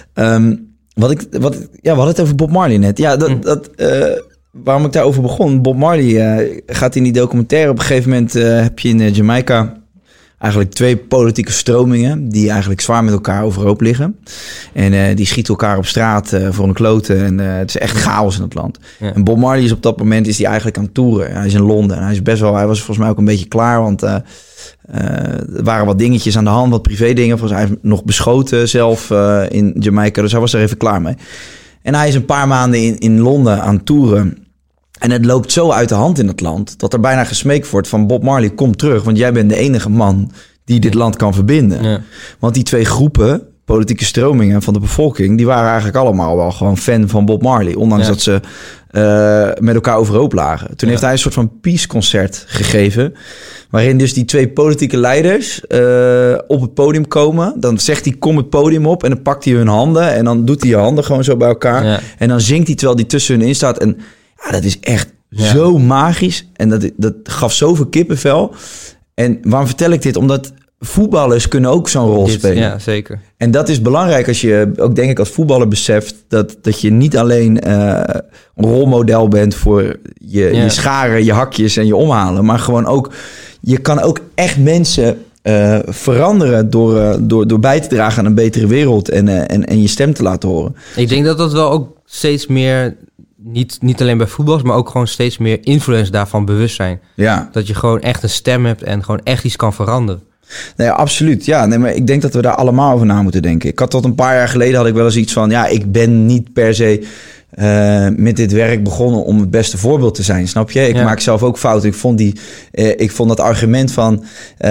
We hadden het over Bob Marley net. Ja, waarom ik daarover begon. Bob Marley gaat in die documentaire. Op een gegeven moment heb je in Jamaica eigenlijk 2 politieke stromingen die eigenlijk zwaar met elkaar overhoop liggen. En die schieten elkaar op straat voor een klote. En het is echt chaos in het land. Ja. En Bob Marley is op dat moment eigenlijk aan het toeren. Hij is in Londen. En hij was volgens mij ook een beetje klaar, want er waren wat dingetjes aan de hand, wat privé dingen. Volgens mij hij nog beschoten zelf in Jamaica. Dus hij was er even klaar mee. En hij is een paar maanden in Londen aan het toeren. En het loopt zo uit de hand in het land dat er bijna gesmeekt wordt van Bob Marley, kom terug, want jij bent de enige man die dit land kan verbinden. Ja. Want die 2 groepen, politieke stromingen van de bevolking, die waren eigenlijk allemaal wel gewoon fan van Bob Marley, ondanks dat ze met elkaar overhoop lagen. Toen heeft hij een soort van peace-concert gegeven, waarin dus die 2 politieke leiders op het podium komen. Dan zegt hij, kom het podium op, en dan pakt hij hun handen en dan doet hij je handen gewoon zo bij elkaar. Ja. En dan zingt hij terwijl die tussen hun in staat. En dat is echt zo magisch. En dat gaf zoveel kippenvel. En waarom vertel ik dit? Omdat voetballers kunnen ook zo'n rol spelen. Ja, zeker. En dat is belangrijk als je ook, denk ik, als voetballer beseft dat je niet alleen een rolmodel bent voor je scharen, je hakjes en je omhalen. Maar gewoon ook, je kan ook echt mensen veranderen door bij te dragen aan een betere wereld en je stem te laten horen. Ik denk dat wel ook steeds meer, niet alleen bij voetballers, maar ook gewoon steeds meer influence daarvan bewust zijn. Ja. Dat je gewoon echt een stem hebt en gewoon echt iets kan veranderen. Nee, absoluut. Ja, nee, maar ik denk dat we daar allemaal over na moeten denken. Ik had tot een paar jaar geleden had ik wel eens iets van, ik ben niet per se met dit werk begonnen om het beste voorbeeld te zijn, snap je? Ik maak zelf ook fouten. Ik vond dat argument van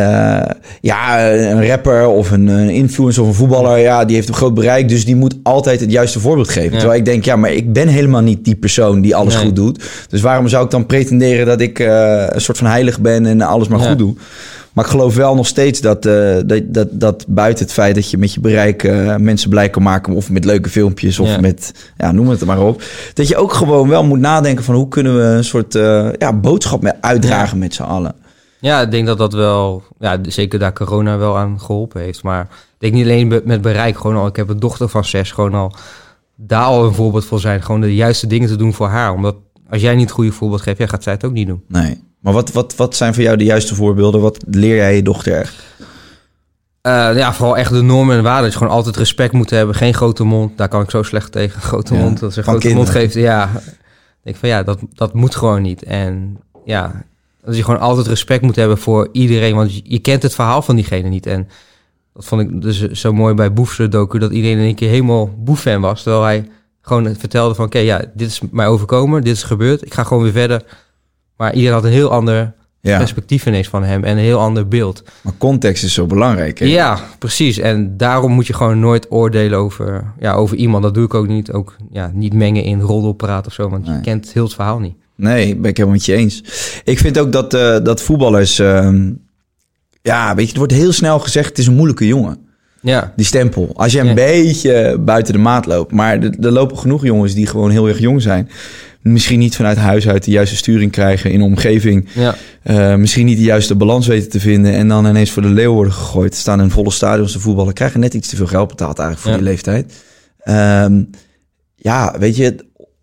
een rapper of een influencer of een voetballer, die heeft een groot bereik, dus die moet altijd het juiste voorbeeld geven. Ja. Terwijl ik denk, maar ik ben helemaal niet die persoon die alles goed doet. Dus waarom zou ik dan pretenderen dat ik een soort van heilig ben en alles maar goed doe? Maar ik geloof wel nog steeds dat buiten het feit dat je met je bereik mensen blij kan maken, of met leuke filmpjes, of met, noem het er maar op, dat je ook gewoon wel moet nadenken van hoe kunnen we een soort boodschap uitdragen met z'n allen. Ja, ik denk dat wel, zeker daar corona wel aan geholpen heeft. Maar ik denk niet alleen met bereik, gewoon al, ik heb een dochter van 6, gewoon al daar al een voorbeeld voor zijn, gewoon de juiste dingen te doen voor haar. Omdat als jij niet het goede voorbeeld geeft, gaat zij het ook niet doen. Nee. Maar wat zijn voor jou de juiste voorbeelden? Wat leer jij je dochter echt? Vooral echt de normen en waarden. Dat je gewoon altijd respect moet hebben. Geen grote mond. Daar kan ik zo slecht tegen. Grote mond. Dat ze een grote mond geeft. Ja, denk van dat moet gewoon niet. En dat je gewoon altijd respect moet hebben voor iedereen. Want je kent het verhaal van diegene niet. En dat vond ik dus zo mooi bij Boefse docu. Dat iedereen in een keer helemaal Boef-fan was. Terwijl hij gewoon vertelde van dit is mij overkomen. Dit is gebeurd. Ik ga gewoon weer verder. Maar iedereen had een heel ander perspectief ineens van hem en een heel ander beeld. Maar context is zo belangrijk, hè? Ja, precies. En daarom moet je gewoon nooit oordelen over iemand. Dat doe ik ook niet. Ook niet mengen in roddelpraat of zo, want je kent heel het verhaal niet. Nee, ben ik helemaal met je eens. Ik vind ook dat voetballers... weet je, het wordt heel snel gezegd, het is een moeilijke jongen. Ja. Die stempel. Als je een beetje buiten de maat loopt. Maar er lopen genoeg jongens die gewoon heel erg jong zijn. misschien niet vanuit huis uit de juiste sturing krijgen in de omgeving. Ja. Misschien niet de juiste balans weten te vinden en dan ineens voor de leeuw worden gegooid. Staan in volle stadions te voetballen, krijgen net iets te veel geld betaald eigenlijk voor die leeftijd. Weet je,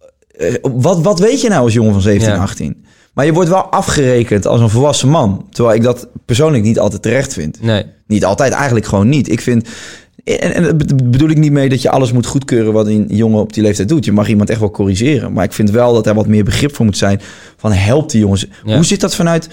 wat weet je nou als jongen van 17, 18? Maar je wordt wel afgerekend als een volwassen man. Terwijl ik dat persoonlijk niet altijd terecht vind. Nee. Niet altijd, eigenlijk gewoon niet. Ik vind... En dat bedoel ik niet mee dat je alles moet goedkeuren wat een jongen op die leeftijd doet. Je mag iemand echt wel corrigeren. Maar ik vind wel dat er wat meer begrip voor moet zijn van help die jongens. Ja. Hoe zit dat vanuit...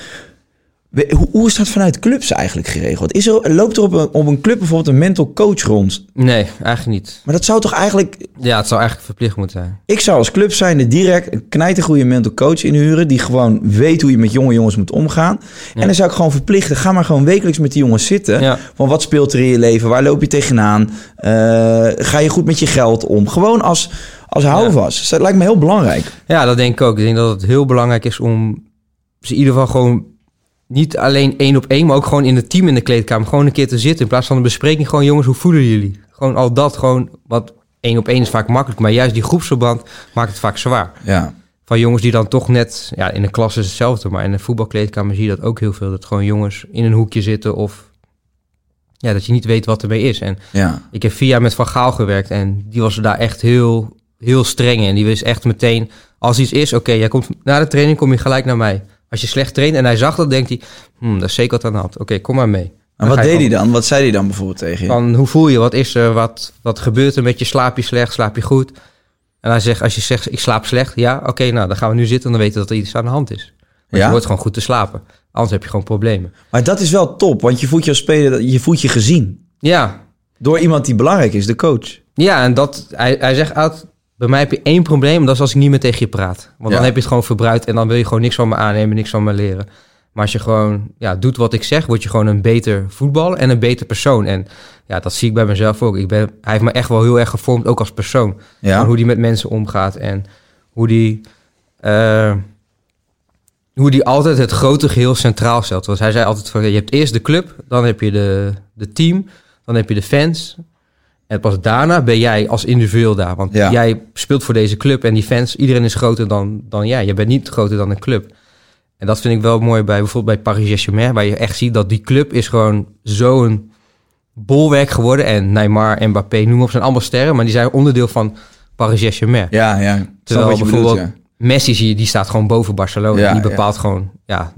Hoe is dat vanuit clubs eigenlijk geregeld? Loopt er op een club bijvoorbeeld een mental coach rond? Nee, eigenlijk niet. Maar dat zou toch eigenlijk... Ja, het zou eigenlijk verplicht moeten zijn. Ik zou als club zijnde direct een knijtergoeie mental coach inhuren... die gewoon weet hoe je met jonge jongens moet omgaan. Ja. En dan zou ik gewoon verplichten... ga maar gewoon wekelijks met die jongens zitten. Ja. Van wat speelt er in je leven? Waar loop je tegenaan? Ga je goed met je geld om? Gewoon als houvast. Dus dat lijkt me heel belangrijk. Ja, dat denk ik ook. Ik denk dat het heel belangrijk is om ze in ieder geval gewoon... niet alleen 1 op 1, maar ook gewoon in het team in de kleedkamer. Gewoon een keer te zitten. In plaats van een bespreking, gewoon jongens, hoe voelen jullie? Gewoon al dat, gewoon, wat 1 op 1 is vaak makkelijk. Maar juist die groepsverband maakt het vaak zwaar. Ja. Van jongens die dan toch net, ja, in de klas is hetzelfde. Maar in de voetbalkleedkamer zie je dat ook heel veel. Dat gewoon jongens in een hoekje zitten of... ja, dat je niet weet wat ermee is. En ik heb 4 jaar met Van Gaal gewerkt. En die was daar echt heel, heel streng. En die wist echt meteen, als iets is, oké, jij komt na de training, kom je gelijk naar mij. Als je slecht traint en hij zag dat, denkt hij... dat is zeker wat aan de hand. Oké, kom maar mee. En wat deed hij dan? Wat zei hij dan bijvoorbeeld tegen je? Van, hoe voel je? Wat is er? Wat gebeurt er met je? Slaap je slecht? Slaap je goed? En hij zegt, als je zegt, ik slaap slecht... ja, oké, nou, dan gaan we nu zitten en dan weten we dat er iets aan de hand is. Want je hoort gewoon goed te slapen. Anders heb je gewoon problemen. Maar dat is wel top, want je voelt je als speler... je voelt je gezien. Ja. Door iemand die belangrijk is, de coach. Ja, en dat hij zegt altijd... bij mij heb je 1 probleem, en dat is als ik niet meer tegen je praat. Want dan heb je het gewoon verbruikt en dan wil je gewoon niks van me aannemen, niks van me leren. Maar als je gewoon doet wat ik zeg, word je gewoon een beter voetballer en een beter persoon. En ja, dat zie ik bij mezelf ook. Hij heeft me echt wel heel erg gevormd, ook als persoon. Ja. Van hoe die met mensen omgaat en hoe die altijd het grote geheel centraal stelt. Want hij zei altijd van, je hebt eerst de club, dan heb je de team, dan heb je de fans... En pas daarna ben jij als individueel daar. Want jij speelt voor deze club en die fans... iedereen is groter dan jij. Je bent niet groter dan een club. En dat vind ik wel mooi bij bijvoorbeeld bij Paris Saint-Germain... waar je echt ziet dat die club is gewoon zo'n bolwerk geworden. En Neymar, Mbappé, noem op, zijn allemaal sterren... maar die zijn onderdeel van Paris Saint-Germain. Ja. Terwijl bijvoorbeeld Messi zie je, die staat gewoon boven Barcelona. Ja, die bepaalt gewoon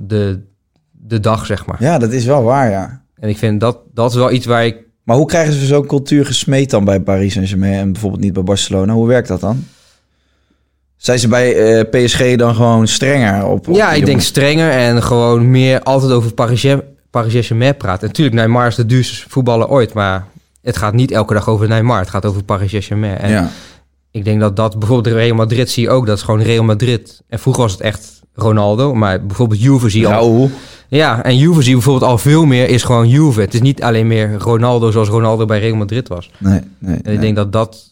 de dag, zeg maar. Ja, dat is wel waar, ja. En ik vind dat is wel iets waar ik... Maar hoe krijgen ze zo'n cultuur gesmeed dan bij Paris Saint-Germain en bijvoorbeeld niet bij Barcelona? Hoe werkt dat dan? Zijn ze bij PSG dan gewoon strenger op ik denk strenger en gewoon meer altijd over Paris Saint-Germain praten. En natuurlijk, Neymar is de duurste voetballer ooit, maar het gaat niet elke dag over Neymar. Het gaat over Paris Saint-Germain. En ik denk dat bijvoorbeeld Real Madrid zie je ook, dat is gewoon Real Madrid. En vroeger was het echt Ronaldo, maar bijvoorbeeld Juve zie je al... Ja, en Juve zie je bijvoorbeeld al veel meer is gewoon Juve. Het is niet alleen meer Ronaldo zoals Ronaldo bij Real Madrid was. Nee. En ik denk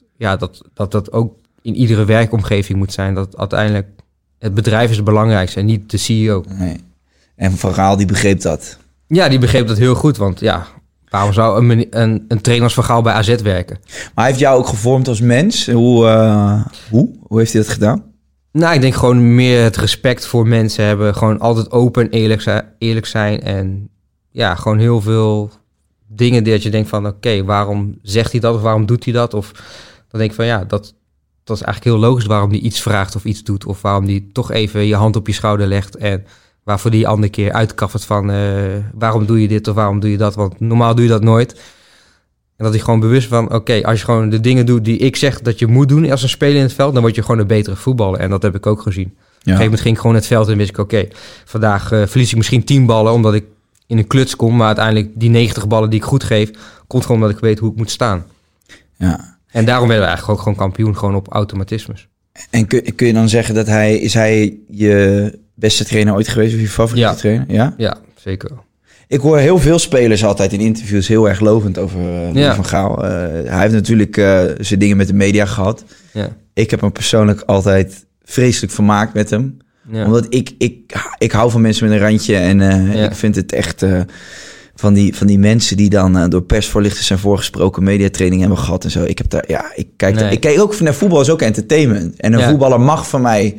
dat ook in iedere werkomgeving moet zijn. Dat uiteindelijk het bedrijf is het belangrijkste en niet de CEO. Nee. En Van Gaal, die begreep dat. Ja, die begreep dat heel goed. Want waarom zou een trainer als Van Gaal bij AZ werken? Maar hij heeft jou ook gevormd als mens. Hoe heeft hij dat gedaan? Nou, ik denk gewoon meer het respect voor mensen hebben. Gewoon altijd open en eerlijk zijn. En gewoon heel veel dingen dat je denkt van... oké, waarom zegt hij dat of waarom doet hij dat? Of dan denk ik van dat is eigenlijk heel logisch waarom hij iets vraagt of iets doet. Of waarom hij toch even je hand op je schouder legt. En waarvoor die andere keer uitkaffert van... waarom doe je dit of waarom doe je dat? Want normaal doe je dat nooit. En dat hij gewoon bewust van, oké, als je gewoon de dingen doet die ik zeg dat je moet doen als een speler in het veld, dan word je gewoon een betere voetballer. En dat heb ik ook gezien. Op een gegeven moment ging ik gewoon het veld en wist ik, oké, vandaag verlies ik misschien 10 ballen omdat ik in een kluts kom, maar uiteindelijk die 90 ballen die ik goed geef, komt gewoon omdat ik weet hoe ik moet staan. Ja. En daarom werden we eigenlijk ook gewoon kampioen, gewoon op automatismes. En kun je dan zeggen dat is hij je beste trainer ooit geweest of je favoriete trainer? Ja? Ja, zeker. Ik hoor heel veel spelers altijd in interviews heel erg lovend over Van Gaal. Hij heeft natuurlijk zijn dingen met de media gehad. Ja. Ik heb hem persoonlijk altijd vreselijk vermaakt met hem. Ja. Omdat ik hou van mensen met een randje. En ik vind het echt van die mensen die dan door persvoorlichters zijn voorgesproken mediatraining hebben gehad en zo. Ik kijk ook naar voetbal is ook entertainment. En een voetballer mag van mij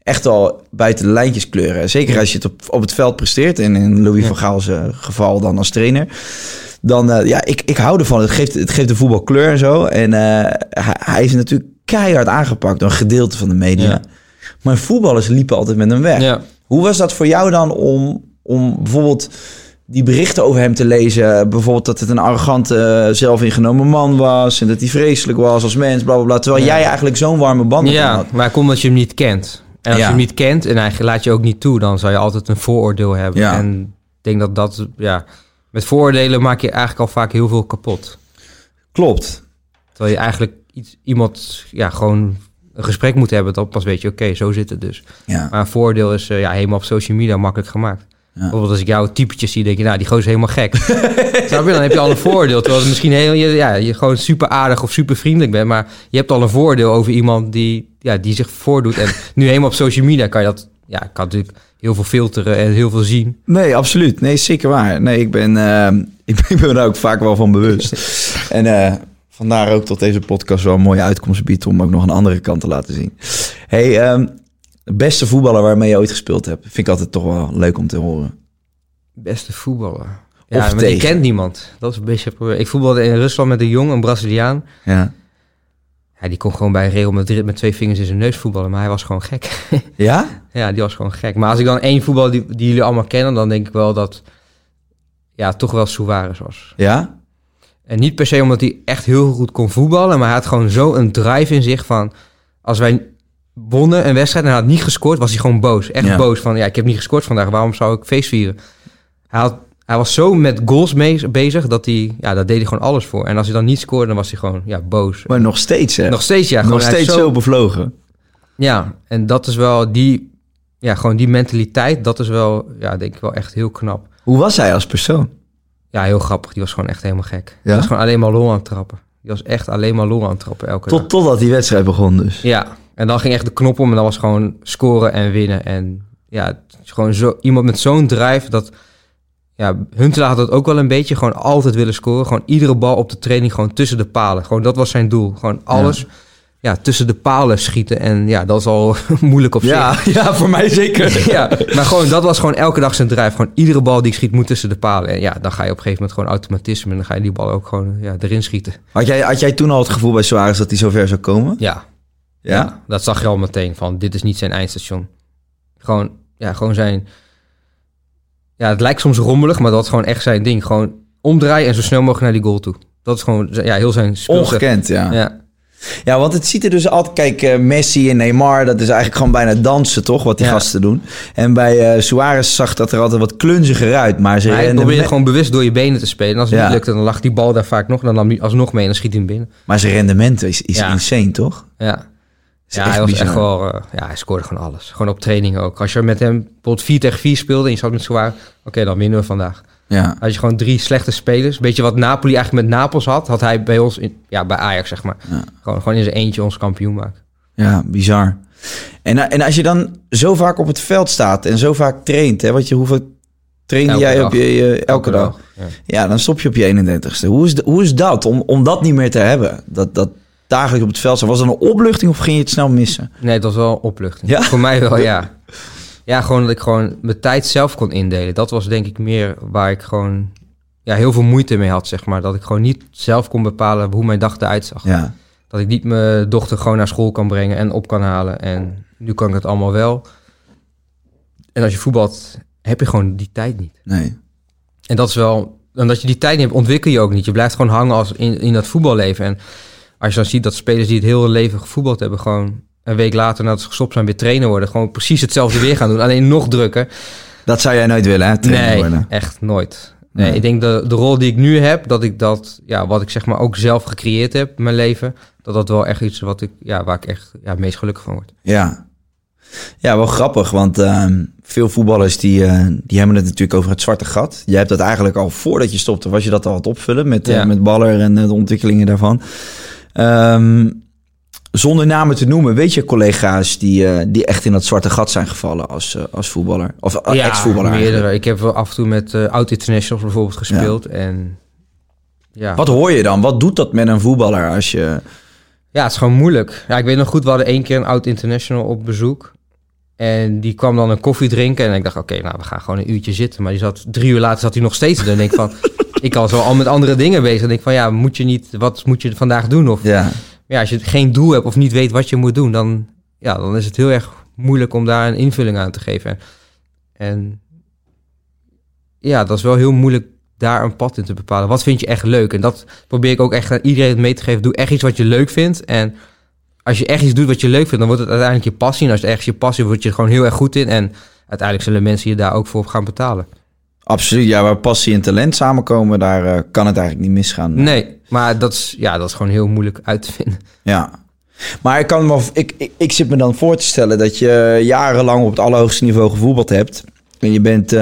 echt al buiten de lijntjes kleuren. Zeker als je het op het veld presteert. En in Louis van Gaal's geval dan als trainer. Dan, ik hou ervan. Het geeft de voetbal kleur en zo. En hij is natuurlijk keihard aangepakt door een gedeelte van de media. Ja. Maar voetballers liepen altijd met hem weg. Ja. Hoe was dat voor jou dan om bijvoorbeeld die berichten over hem te lezen? Bijvoorbeeld dat het een arrogante, zelfingenomen man was. En dat hij vreselijk was als mens, bla bla bla. Terwijl jij eigenlijk zo'n warme band met hem had. Maar komt omdat je hem niet kent. En als je hem niet kent en hij laat je ook niet toe, dan zal je altijd een vooroordeel hebben. Ja. En ik denk dat met vooroordelen maak je eigenlijk al vaak heel veel kapot. Klopt. Terwijl je eigenlijk iemand gewoon een gesprek moet hebben, dan pas weet je, oké, zo zit het dus. Ja. Maar een voordeel is helemaal op social media makkelijk gemaakt. Ja. Bijvoorbeeld als ik jouw typetjes zie, denk je, nou, die gozer is helemaal gek. Snap je? Dan heb je al een voordeel. Terwijl het misschien je gewoon super aardig of super vriendelijk bent, maar je hebt al een voordeel over iemand die zich voordoet. En nu helemaal op social media kan je dat, kan natuurlijk heel veel filteren en heel veel zien. Nee, absoluut. Nee, zeker waar. Nee, ik ben er ook vaak wel van bewust. En vandaar ook tot deze podcast wel een mooie uitkomst biedt om ook nog een andere kant te laten zien. Hey, de beste voetballer waarmee je ooit gespeeld hebt, vind ik altijd toch wel leuk om te horen. Beste voetballer? Ja, maar die kent niemand. Dat is een beetje het probleem. Ik voetbalde in Rusland met een Braziliaan. Ja. Ja, die kon gewoon bij Real Madrid met 2 vingers in zijn neus voetballen, maar hij was gewoon gek. Ja? Ja, die was gewoon gek. Maar als ik dan één voetballer die jullie allemaal kennen, dan denk ik wel dat toch wel Suárez was. Ja? En niet per se omdat hij echt heel goed kon voetballen, maar hij had gewoon zo een drive in zich van, als wij wonnen een wedstrijd en hij had niet gescoord, was hij gewoon boos. Echt boos van, ik heb niet gescoord vandaag, waarom zou ik feest vieren? Hij was zo met goals bezig dat daar deed hij gewoon alles voor. En als hij dan niet scoorde, dan was hij gewoon boos. Maar nog steeds, hè? Nog steeds, ja. Nog steeds zo bevlogen. Ja, en dat is wel gewoon die mentaliteit, dat is wel, denk ik wel echt heel knap. Hoe was hij als persoon? Ja, heel grappig. Die was gewoon echt helemaal gek. Ja? Die was gewoon alleen maar lol aan het trappen. Die was echt alleen maar lol aan het trappen elke dag. Totdat die wedstrijd begon dus. Ja, en dan ging echt de knop om en dan was gewoon scoren en winnen. En gewoon zo iemand met zo'n drive dat... Ja, Huntelaar had dat ook wel een beetje. Gewoon altijd willen scoren. Gewoon iedere bal op de training gewoon tussen de palen. Gewoon dat was zijn doel. Gewoon alles tussen de palen schieten. En dat is al moeilijk op zich. Ja, voor mij zeker. Maar gewoon dat was gewoon elke dag zijn drive. Gewoon iedere bal die ik schiet moet tussen de palen. En dan ga je op een gegeven moment gewoon automatisme. En dan ga je die bal ook gewoon erin schieten. Had jij toen al het gevoel bij Suárez dat hij zover zou komen? Ja, dat zag je al meteen van. Dit is niet zijn eindstation. Gewoon zijn... Ja, het lijkt soms rommelig, maar dat is gewoon echt zijn ding. Gewoon omdraaien en zo snel mogelijk naar die goal toe. Dat is gewoon heel zijn spel. Ongekend, ja. Ja, want het ziet er dus altijd... Kijk, Messi en Neymar, dat is eigenlijk gewoon bijna dansen, toch? Wat die gasten doen. En bij Suárez zag dat er altijd wat klunziger uit. Maar hij probeerde gewoon bewust door je benen te spelen. En als het niet lukte, dan lag die bal daar vaak nog. Dan nam hij alsnog mee en dan schiet hij hem binnen. Maar zijn rendement is insane, toch? Ja. Hij was echt wel... hij scoorde gewoon alles. Gewoon op training ook. Als je met hem bijvoorbeeld 4-4 speelde en je zat met Suárez... Oké, dan winnen we vandaag. Ja. Als je gewoon 3 slechte spelers... Weet je wat Napoli eigenlijk met Napels had hij bij ons... bij Ajax, zeg maar. Ja. Gewoon in zijn eentje ons kampioen maken. Ja, bizar. En als je dan zo vaak op het veld staat en zo vaak traint... Hè, hoeveel trainde jij op elke dag? Ja, dan stop je op je 31ste. Hoe is dat om dat niet meer te hebben? Dat dagelijks op het veld staan. Was dat een opluchting of ging je het snel missen? Nee, het was wel een opluchting. Ja? Voor mij wel, ja. Ja, gewoon dat ik gewoon mijn tijd zelf kon indelen. Dat was denk ik meer waar ik gewoon heel veel moeite mee had, zeg maar. Dat ik gewoon niet zelf kon bepalen hoe mijn dag eruit zag. Ja. Dat ik niet mijn dochter gewoon naar school kan brengen en op kan halen. En nu kan ik het allemaal wel. En als je voetbalt, heb je gewoon die tijd niet. Nee. En dat is wel... Omdat je die tijd niet hebt, ontwikkel je ook niet. Je blijft gewoon hangen als in dat voetballeven. En als je dan ziet dat spelers die het hele leven gevoetbald hebben... gewoon een week later nadat ze gestopt zijn weer trainer worden... gewoon precies hetzelfde weer gaan doen, alleen nog drukker. Dat zou jij nooit willen, hè? Trainer worden. Nee, echt nooit. Nee. Ik denk de rol die ik nu heb... wat ik zeg maar ook zelf gecreëerd heb in mijn leven... dat wel echt iets waar ik echt het meest gelukkig van word. Ja, wel grappig, want veel voetballers die hebben het natuurlijk over het zwarte gat. Jij hebt dat eigenlijk al voordat je stopte, was je dat al aan het opvullen met Baller en de ontwikkelingen daarvan. Zonder namen te noemen, weet je collega's die echt in dat zwarte gat zijn gevallen als voetballer? Of ex-voetballer meerdere. Eigenlijk. Ik heb wel af en toe met oud-internationals bijvoorbeeld gespeeld. En Wat hoor je dan? Wat doet dat met een voetballer als je... Ja, het is gewoon moeilijk. Ja, ik weet nog goed, we hadden 1 keer een oud-international op bezoek. En die kwam dan een koffie drinken. En ik dacht, oké, we gaan gewoon een uurtje zitten. Maar 3 uur later zat hij nog steeds. Dan denk ik van, ik was wel al met andere dingen bezig. Dan denk ik van, wat moet je vandaag doen? Of als je geen doel hebt of niet weet wat je moet doen, dan is het heel erg moeilijk om daar een invulling aan te geven. En dat is wel heel moeilijk daar een pad in te bepalen. Wat vind je echt leuk? En dat probeer ik ook echt aan iedereen mee te geven. Doe echt iets wat je leuk vindt. En als je echt iets doet wat je leuk vindt, dan wordt het uiteindelijk je passie. En als het echt je passie wordt, je er gewoon heel erg goed in. En uiteindelijk zullen mensen je daar ook voor gaan betalen. Absoluut, waar passie en talent samenkomen, daar kan het eigenlijk niet misgaan. Nee, maar dat is gewoon heel moeilijk uit te vinden. Ja, maar ik zit me dan voor te stellen dat je jarenlang op het allerhoogste niveau gevoetbald hebt. En je bent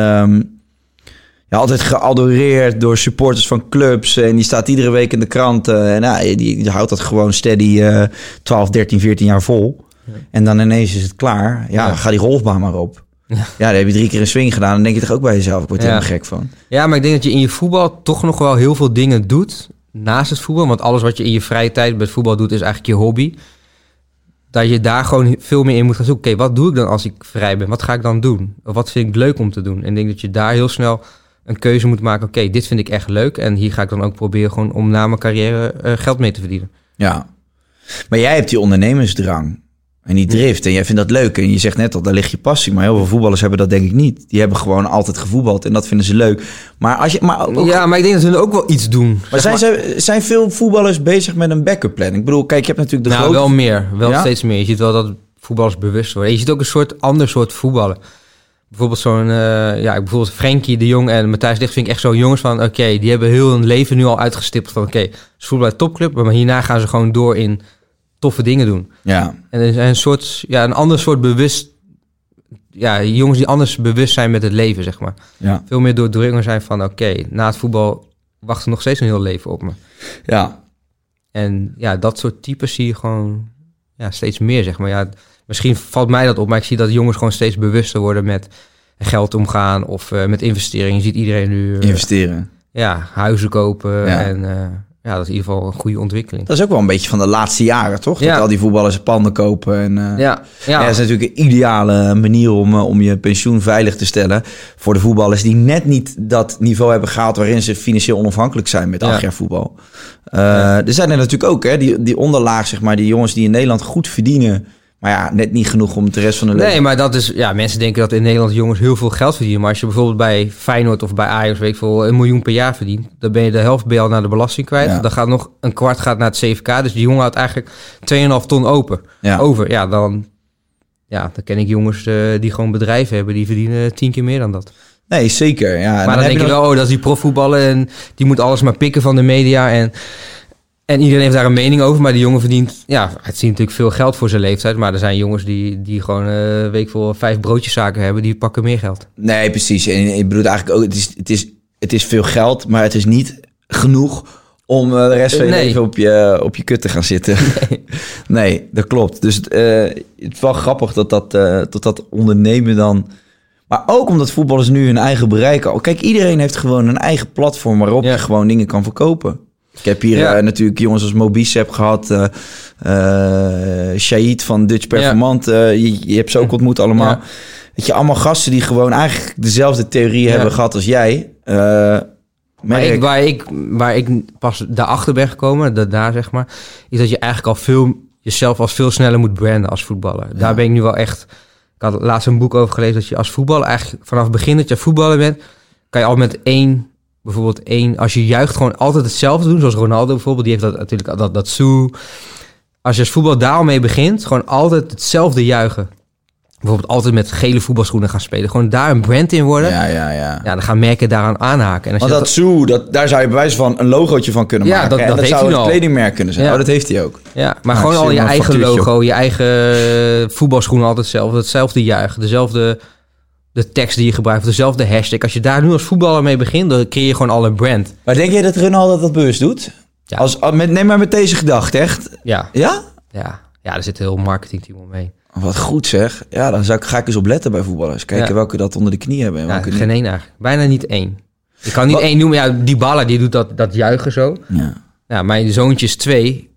altijd geadoreerd door supporters van clubs. En die staat iedere week in de krant. Die houdt dat gewoon steady 12, 13, 14 jaar vol. Ja. En dan ineens is het klaar. Ga die golfbaan maar op. Ja, dan heb je 3 keer een swing gedaan. Dan denk je toch ook bij jezelf, ik word er helemaal gek van. Ja, maar ik denk dat je in je voetbal toch nog wel heel veel dingen doet naast het voetbal. Want alles wat je in je vrije tijd met voetbal doet, is eigenlijk je hobby. Dat je daar gewoon veel meer in moet gaan zoeken. Oké, wat doe ik dan als ik vrij ben? Wat ga ik dan doen? Of wat vind ik leuk om te doen? En ik denk dat je daar heel snel een keuze moet maken. Oké, dit vind ik echt leuk. En hier ga ik dan ook proberen gewoon om na mijn carrière geld mee te verdienen. Ja, maar jij hebt die ondernemersdrang. En die drift. En jij vindt dat leuk. En je zegt net al, daar ligt je passie. Maar heel veel voetballers hebben dat denk ik niet. Die hebben gewoon altijd gevoetbald. En dat vinden ze leuk. Maar maar ik denk dat ze ook wel iets doen. Maar zijn veel voetballers bezig met een backup plan? Ik bedoel, kijk, je hebt natuurlijk de grote... wel meer. Steeds meer. Je ziet wel dat voetballers bewust worden. Je ziet ook een ander soort voetballen. Bijvoorbeeld bijvoorbeeld Frenkie de Jong en Matthijs de Ligt vind ik echt zo jongens van... Oké, die hebben heel hun leven nu al uitgestippeld van... Oké, ze voetballen bij topclub. Maar hierna gaan ze gewoon door in toffe dingen doen. Ja. En er is een ander soort bewust... Ja, jongens die anders bewust zijn met het leven, zeg maar. Ja. Veel meer doordringen zijn van... Oké, na het voetbal wacht er nog steeds een heel leven op me. Ja. En dat soort types zie je gewoon steeds meer, zeg maar. Ja, misschien valt mij dat op, maar ik zie dat jongens gewoon steeds bewuster worden met geld omgaan of met investeringen. Je ziet iedereen nu... investeren. Huizen kopen en... dat is in ieder geval een goede ontwikkeling. Dat is ook wel een beetje van de laatste jaren, toch? Dat al die voetballers panden kopen. En, dat is natuurlijk een ideale manier om je pensioen veilig te stellen... voor de voetballers die net niet dat niveau hebben gehaald... waarin ze financieel onafhankelijk zijn met 8 jaar voetbal. Er zijn er natuurlijk ook, hè, die onderlaag, zeg maar... die jongens die in Nederland goed verdienen... maar net niet genoeg om het de rest van de leven... Nee, maar dat is... Ja, mensen denken dat in Nederland jongens heel veel geld verdienen. Maar als je bijvoorbeeld bij Feyenoord of bij Ajax... weet ik veel, 1 miljoen per jaar verdient... dan ben je de helft al naar de belasting kwijt. Ja. Dan gaat nog een kwart naar het CVK. Dus die jongen had eigenlijk 2,5 ton over. Ja, dan ken ik jongens die gewoon bedrijven hebben... die verdienen 10 keer meer dan dat. Nee, zeker. Ja. Maar dan denk je wel, dat is die profvoetballen... en die moet alles maar pikken van de media... En iedereen heeft daar een mening over, maar die jongen verdient... Ja, het verdient natuurlijk veel geld voor zijn leeftijd... maar er zijn jongens die gewoon week voor 5 broodjeszaken hebben... die pakken meer geld. Nee, precies. En ik bedoel eigenlijk ook... Het is veel geld, maar het is niet genoeg... om de rest van je leven op je kut te gaan zitten. Nee, dat klopt. Dus het is wel grappig dat ondernemen dan... Maar ook omdat voetballers nu hun eigen bereik al... Kijk, iedereen heeft gewoon een eigen platform... waarop je gewoon dingen kan verkopen. Ik heb hier natuurlijk jongens als Mobicep gehad. Shahid van Dutch Performant. Je hebt ze ook ontmoet allemaal. Ja. Weet je, allemaal gasten die gewoon eigenlijk dezelfde theorie hebben gehad als jij. Waar ik pas daarachter ben gekomen, daar zeg maar... is dat je eigenlijk jezelf al veel sneller moet branden als voetballer. Ja. Daar ben ik nu wel echt... Ik had laatst een boek over gelezen... dat je als voetballer eigenlijk vanaf het begin dat je voetballer bent... kan je al met als je juicht gewoon altijd hetzelfde doen, zoals Ronaldo bijvoorbeeld, die heeft dat natuurlijk, dat Sue. Als je als voetbal daar al mee begint, gewoon altijd hetzelfde juichen. Bijvoorbeeld altijd met gele voetbalschoenen gaan spelen. Gewoon daar een brand in worden. Ja, dan gaan merken daaraan aanhaken. En als want Sue, daar zou je bij wijze van een logootje van kunnen maken. Dat dat zou een kledingmerk kunnen zijn. Ja. Dat heeft hij ook. Ja, maar gewoon al je eigen logo, je eigen voetbalschoenen altijd hetzelfde juichen, dezelfde... De tekst die je gebruikt, dezelfde hashtag. Als je daar nu als voetballer mee begint, dan creëer je gewoon al een brand. Maar denk je dat Ronaldo dat bewust doet? Ja. Neem maar met deze gedachte, echt? Ja. Ja? Ja, er zit een heel marketingteam omheen. Wat goed zeg. Ja, dan ga ik eens op letten bij voetballers. Kijken welke dat onder de knie hebben. En welke geen één eigenlijk. Bijna niet één. Je kan niet één noemen. Ja, Dybala die doet dat juichen zo. Ja, mijn zoontje is 2...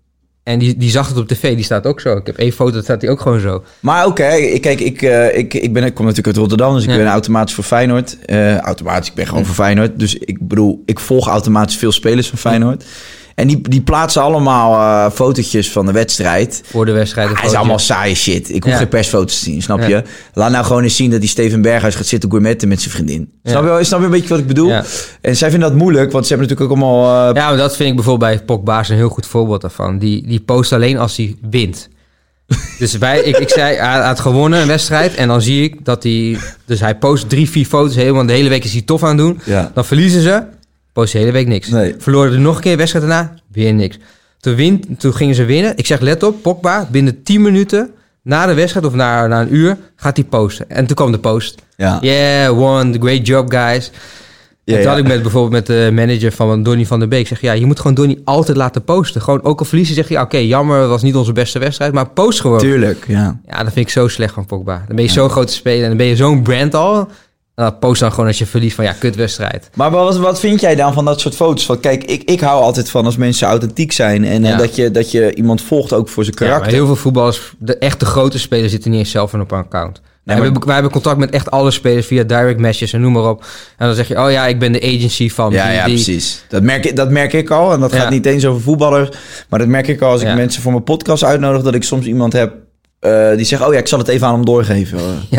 En die zag het op tv, die staat ook zo. Ik heb 1 foto, dat staat die ook gewoon zo. Maar oké, kijk, ik kom natuurlijk uit Rotterdam, dus ik ben automatisch voor Feyenoord. Ik ben gewoon voor Feyenoord. Dus ik bedoel, ik volg automatisch veel spelers van Feyenoord. En die plaatsen allemaal fotootjes van de wedstrijd. Voor de wedstrijd. Het is allemaal saaie shit. Ik hoef geen persfoto's te zien, snap je? Laat nou gewoon eens zien dat die Steven Berghuis gaat zitten gourmetten met zijn vriendin. Snap je een beetje wat ik bedoel? Ja. En zij vinden dat moeilijk, want ze hebben natuurlijk ook allemaal... Ja, maar dat vind ik bijvoorbeeld bij Pogba een heel goed voorbeeld daarvan. Die post alleen als hij wint. Dus ik zei, hij had gewonnen een wedstrijd. En dan zie ik dat hij... Dus hij post 3-4 foto's helemaal. De hele week is hij tof aan het doen. Ja. Dan verliezen ze. Post de hele week niks. Nee. Verloren er nog een keer, wedstrijd daarna, weer niks. Toen gingen ze winnen. Ik zeg, let op, Pogba, binnen 10 minuten na de wedstrijd of na een uur gaat hij posten. En toen kwam de post. Ja. Yeah, won, great job, guys. Ja, en toen had ik bijvoorbeeld met de manager van Donny van der Beek. Zeg, je moet gewoon Donny altijd laten posten. Gewoon, ook al verliezen, zeg je, oké, jammer, het was niet onze beste wedstrijd, maar post gewoon. Tuurlijk, ja. Ja, dat vind ik zo slecht van Pogba. Dan ben je zo'n grote speler en dan ben je zo'n brand al. Post dan gewoon als je verliest van kutwedstrijd. Maar wat vind jij dan van dat soort foto's? Want kijk, ik hou altijd van als mensen authentiek zijn. En dat je iemand volgt ook voor zijn karakter. Ja, maar heel veel voetballers, de echte grote spelers zitten niet eens zelf op een account. Nee, wij hebben contact met echt alle spelers via direct messages en noem maar op. En dan zeg je, ik ben de agency van... precies. Dat merk ik al. En dat gaat niet eens over voetballers. Maar dat merk ik al als ik mensen voor mijn podcast uitnodig. Dat ik soms iemand heb die zegt... ik zal het even aan hem doorgeven.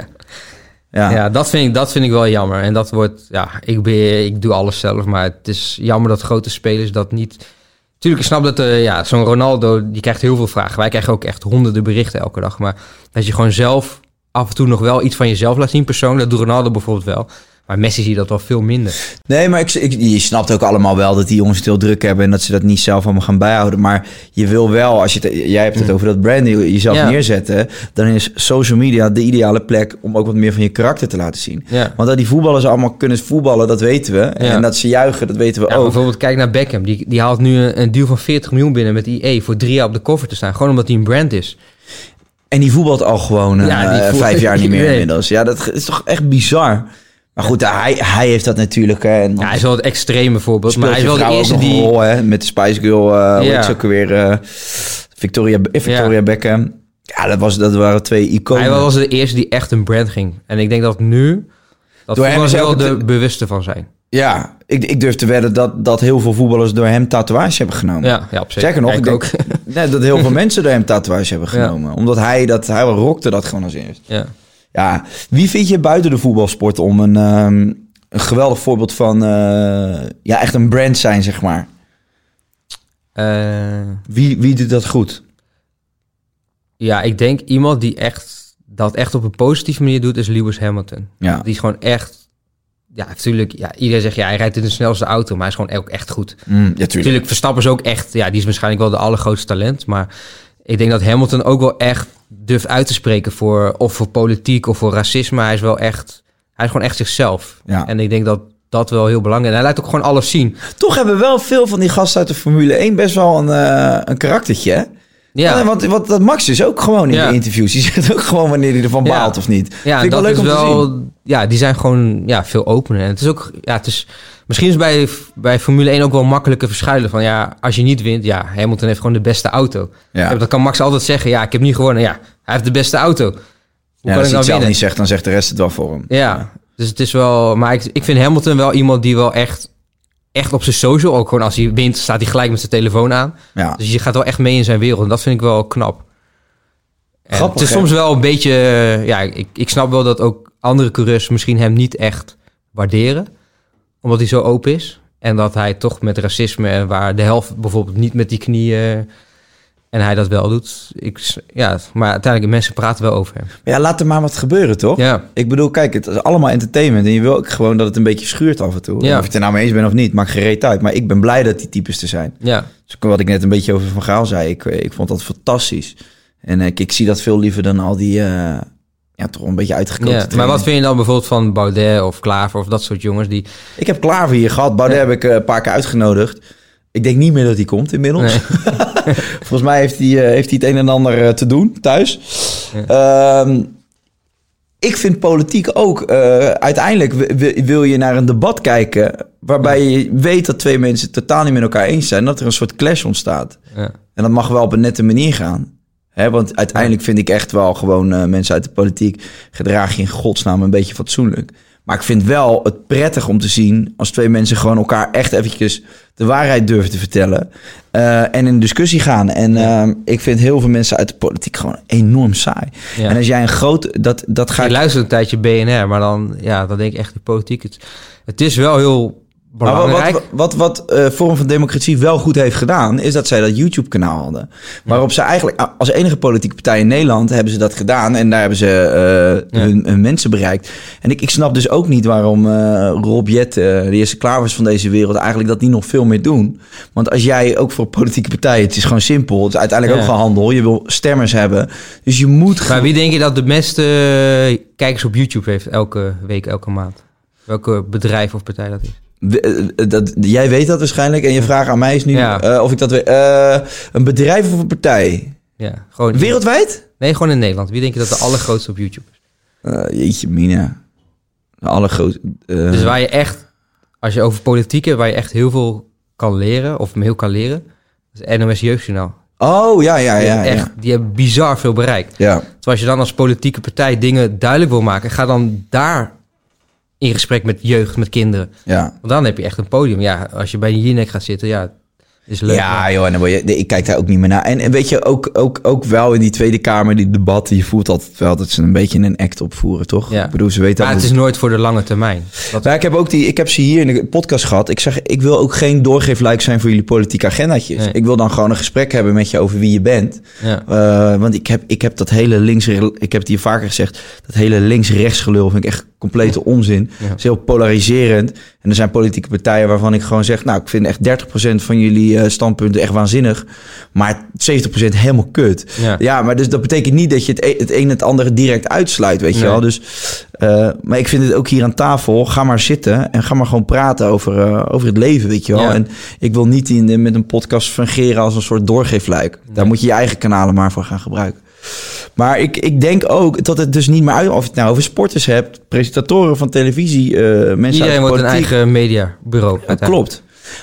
Ja, dat vind ik wel jammer. En dat wordt... ik doe alles zelf. Maar het is jammer dat grote spelers dat niet... Tuurlijk, ik snap dat zo'n Ronaldo... die krijgt heel veel vragen. Wij krijgen ook echt honderden berichten elke dag. Maar dat je gewoon zelf af en toe nog wel iets van jezelf laat zien persoonlijk. Dat doet Ronaldo bijvoorbeeld wel. Maar Messi zie je dat wel veel minder. Nee, maar je snapt ook allemaal wel dat die jongens het heel druk hebben... en dat ze dat niet zelf allemaal gaan bijhouden. Maar je wil wel, jij hebt het over dat branding, jezelf neerzetten... dan is social media de ideale plek om ook wat meer van je karakter te laten zien. Ja. Want dat die voetballers allemaal kunnen voetballen, dat weten we. Ja. En dat ze juichen, dat weten we ook. Bijvoorbeeld kijk naar Beckham. Die haalt nu een deal van 40 miljoen binnen met EA... voor 3 jaar op de cover te staan. Gewoon omdat hij een brand is. En die voetbalt al gewoon 5 jaar niet meer inmiddels. Ja, dat is toch echt bizar... Maar goed, hij heeft dat natuurlijk. Hij is wel het extreme voorbeeld. Maar hij is wel de eerste die... rol, met de Spice Girl. Hoe heet ze ook weer? Victoria Beckham. Ja, dat waren 2 iconen. Hij was de eerste die echt een brand ging. En ik denk dat nu... Dat voetballers wel de bewuste van zijn. Ja, ik durf te wedden dat heel veel voetballers door hem tatoeages hebben genomen. Ja, op zich. Zeker nog, ik denk ook. Dat heel veel mensen door hem tatoeages hebben genomen. Omdat hij rockte dat gewoon als eerst. Ja. Ja, wie vind je buiten de voetbalsport om een geweldig voorbeeld van echt een brand zijn, zeg maar? Wie doet dat goed? Ja, ik denk iemand die dat echt op een positieve manier doet, is Lewis Hamilton. Ja. Die is gewoon echt... Ja, natuurlijk, iedereen zegt, hij rijdt in de snelste auto, maar hij is gewoon ook echt goed. Natuurlijk, Verstappen is ook echt... Ja, die is waarschijnlijk wel de allergrootste talent, maar... Ik denk dat Hamilton ook wel echt durft uit te spreken voor politiek of voor racisme. Hij is gewoon echt zichzelf. Ja. En ik denk dat wel heel belangrijk is. En hij laat ook gewoon alles zien. Toch hebben wel veel van die gasten uit de Formule 1 best wel een karaktertje, hè? Ja. Want dat Max is ook gewoon in de interviews. Die zegt ook gewoon wanneer hij ervan baalt of niet. Ja, vind ik wel leuk om te zien. Ja, die zijn gewoon veel opener. En het is ook... Ja, het is... Misschien is bij Formule 1 ook wel makkelijker verschuilen van als je niet wint, Hamilton heeft gewoon de beste auto. Ja. Dat kan Max altijd zeggen, ik heb niet gewonnen. Ja, hij heeft de beste auto. Hoe kan als hij het zelf niet zegt, dan zegt de rest het wel voor hem. Ja, dus het is wel... Maar ik vind Hamilton wel iemand die wel echt op zijn social, ook gewoon als hij wint, staat hij gelijk met zijn telefoon aan. Ja. Dus je gaat wel echt mee in zijn wereld. En dat vind ik wel knap. Grappig, het is soms wel een beetje... Ik snap wel dat ook andere coureurs misschien hem niet echt waarderen. Omdat hij zo open is. En dat hij toch met racisme... waar de helft bijvoorbeeld niet met die knieën... en hij dat wel doet. Maar uiteindelijk, mensen praten wel over hem. Maar ja, laat er maar wat gebeuren, toch? Ja. Ik bedoel, kijk, het is allemaal entertainment. En je wil ook gewoon dat het een beetje schuurt af en toe. Ja. Of je het er nou mee eens bent of niet, maakt geen reet uit. Maar ik ben blij dat die types er zijn. Ja. Dus wat ik net een beetje over Van Gaal zei... ik vond dat fantastisch. En ik zie dat veel liever dan al die... toch een beetje uitgekookte maar wat vind je dan bijvoorbeeld van Baudet of Klaver... of dat soort jongens die... Ik heb Klaver hier gehad. Baudet heb ik een paar keer uitgenodigd. Ik denk niet meer dat hij komt inmiddels. Nee. Volgens mij heeft hij het een en ander te doen thuis. Ja. ik vind politiek ook... uiteindelijk wil je naar een debat kijken... waarbij je weet dat twee mensen het totaal niet met elkaar eens zijn... dat er een soort clash ontstaat. Ja. En dat mag wel op een nette manier gaan. Hè, want uiteindelijk vind ik echt wel gewoon... mensen uit de politiek gedraag je in godsnaam een beetje fatsoenlijk. Maar ik vind wel het prettig om te zien... als twee mensen gewoon elkaar echt eventjes de waarheid durven te vertellen... en in een discussie gaan. En ik vind heel veel mensen uit de politiek gewoon enorm saai. Ja. En als jij een groot... dat gaat... Ik luister een tijdje BNR, maar dan denk ik echt de politiek... Het is wel heel... Maar wat Forum van Democratie wel goed heeft gedaan... is dat zij dat YouTube-kanaal hadden. Waarop ze eigenlijk... als enige politieke partij in Nederland... hebben ze dat gedaan... en daar hebben ze hun mensen bereikt. En ik snap dus ook niet waarom Rob Jet... de eerste Klavers van deze wereld... eigenlijk dat niet nog veel meer doen. Want als jij ook voor een politieke partij... het is gewoon simpel. Het is uiteindelijk ook gehandel. Je wil stemmers hebben. Dus je moet... Maar wie denk je dat de meeste kijkers op YouTube heeft... elke week, elke maand? Welke bedrijf of partij dat is? Jij weet dat waarschijnlijk. En je vraag aan mij is nu of ik dat weet. Een bedrijf of een partij? Ja, gewoon wereldwijd? Nee, gewoon in Nederland. Wie denk je dat de allergrootste op YouTube is? Jeetje mina. De allergrootste. Dus waar je echt, als je over politiek hebt, waar je echt heel veel kan leren, of heel kan leren, dat is NOS Jeugdjournaal. Oh, ja. Die hebben bizar veel bereikt. Ja. Terwijl als je dan als politieke partij dingen duidelijk wil maken, ga dan daar in gesprek met jeugd, met kinderen. Ja. Want dan heb je echt een podium. Ja, als je bij een Jinek gaat zitten, is leuk. Ja, joh, en dan ik kijk daar ook niet meer naar. En weet je, ook wel in die Tweede Kamer, die debatten, je voelt altijd wel dat ze een beetje een act opvoeren, toch? Ja. Ik bedoel, ze weten maar het is nooit voor de lange termijn. Ik heb ze hier in de podcast gehad. Ik zeg, ik wil ook geen doorgeefluik zijn voor jullie politieke agendaatjes. Nee. Ik wil dan gewoon een gesprek hebben met je over wie je bent. Ja. Want ik heb dat hele ik heb het hier vaker gezegd, dat hele links-rechts gelul vind ik echt complete onzin. Ja. Het is heel polariserend. En er zijn politieke partijen waarvan ik gewoon zeg, nou, ik vind echt 30% van jullie standpunten echt waanzinnig, maar 70% helemaal kut. Ja, maar dus dat betekent niet dat je het een het andere direct uitsluit, weet je wel. Dus, maar ik vind het ook hier aan tafel, ga maar zitten en ga maar gewoon praten over het leven, weet je wel. Ja. En ik wil niet met een podcast fungeren als een soort doorgeefluik. Daar moet je je eigen kanalen maar voor gaan gebruiken. Maar ik denk ook dat het dus niet meer uit... of je het nou over sporters hebt, presentatoren van televisie, mensen iedereen wordt een eigen mediabureau. Klopt.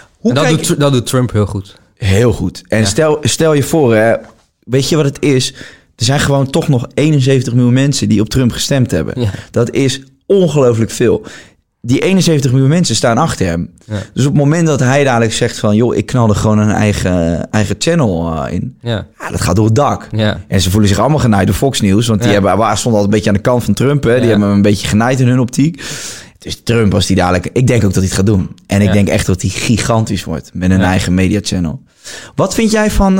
Dat doet Trump heel goed. Heel goed. En stel je voor, hè, weet je wat het is? Er zijn gewoon toch nog 71 miljoen mensen die op Trump gestemd hebben. Ja. Dat is ongelooflijk veel. Die 71 miljoen mensen staan achter hem. Ja. Dus op het moment dat hij dadelijk zegt van... joh, ik knal er gewoon een eigen channel in. Ja, dat gaat door het dak. Ja. En ze voelen zich allemaal genaaid door Fox News. Want die stonden altijd een beetje aan de kant van Trump. Hè? Die hebben hem een beetje genaaid in hun optiek. Dus Trump, als die dadelijk... Ik denk ook dat hij het gaat doen. En ik denk echt dat hij gigantisch wordt. Met een eigen media channel. Wat vind jij van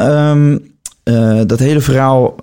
dat hele verhaal...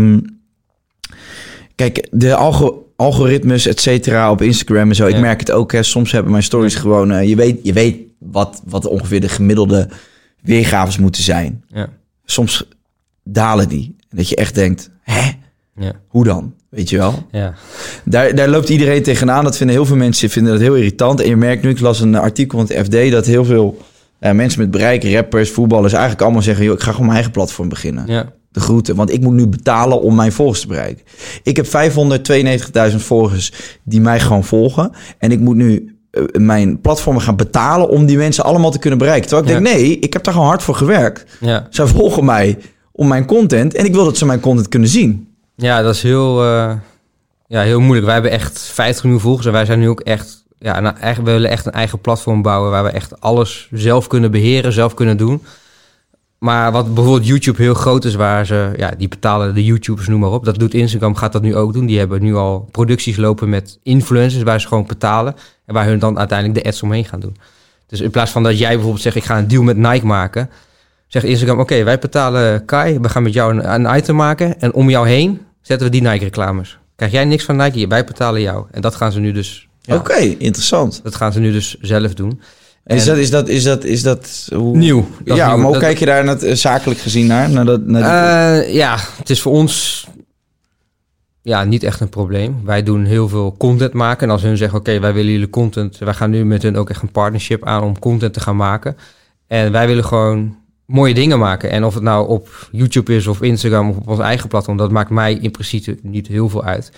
kijk, de algoritmes, et cetera, op Instagram en zo. Ik merk het ook. Hè. Soms hebben mijn stories gewoon... Je weet wat ongeveer de gemiddelde weergaves moeten zijn. Ja. Soms dalen die. En dat je echt denkt, hoe dan? Weet je wel? Ja. Daar loopt iedereen tegenaan. Dat vinden heel veel mensen dat heel irritant. En je merkt nu, ik las een artikel van het FD... dat heel veel mensen met bereik, rappers, voetballers... eigenlijk allemaal zeggen, joh, ik ga gewoon mijn eigen platform beginnen. Ja. De groeten, want ik moet nu betalen om mijn volgers te bereiken. Ik heb 592.000 volgers die mij gewoon volgen. En ik moet nu mijn platformen gaan betalen om die mensen allemaal te kunnen bereiken. Terwijl ik denk, nee, ik heb daar gewoon hard voor gewerkt. Ja. Zij volgen mij om mijn content en ik wil dat ze mijn content kunnen zien. Ja, dat is heel moeilijk. Wij hebben echt 50 miljoen volgers en wij zijn nu ook echt... we willen echt een eigen platform bouwen waar we echt alles zelf kunnen beheren, zelf kunnen doen. Maar wat bijvoorbeeld YouTube heel groot is, waar ze, die betalen de YouTubers, noem maar op. Dat doet Instagram, gaat dat nu ook doen. Die hebben nu al producties lopen met influencers, waar ze gewoon betalen. En waar hun dan uiteindelijk de ads omheen gaan doen. Dus in plaats van dat jij bijvoorbeeld zegt, ik ga een deal met Nike maken. Zegt Instagram, oké, wij betalen Kai, we gaan met jou een item maken. En om jou heen zetten we die Nike reclames. Krijg jij niks van Nike, wij betalen jou. En dat gaan ze nu dus... Oké, interessant. Dat gaan ze nu dus zelf doen. En is dat hoe... nieuw? Maar hoe kijk je daar zakelijk gezien naar? Het is voor ons niet echt een probleem. Wij doen heel veel content maken. En als hun zeggen, oké, wij willen jullie content... wij gaan nu met hun ook echt een partnership aan om content te gaan maken. En wij willen gewoon mooie dingen maken. En of het nou op YouTube is of Instagram of op ons eigen platform... dat maakt mij in principe niet heel veel uit.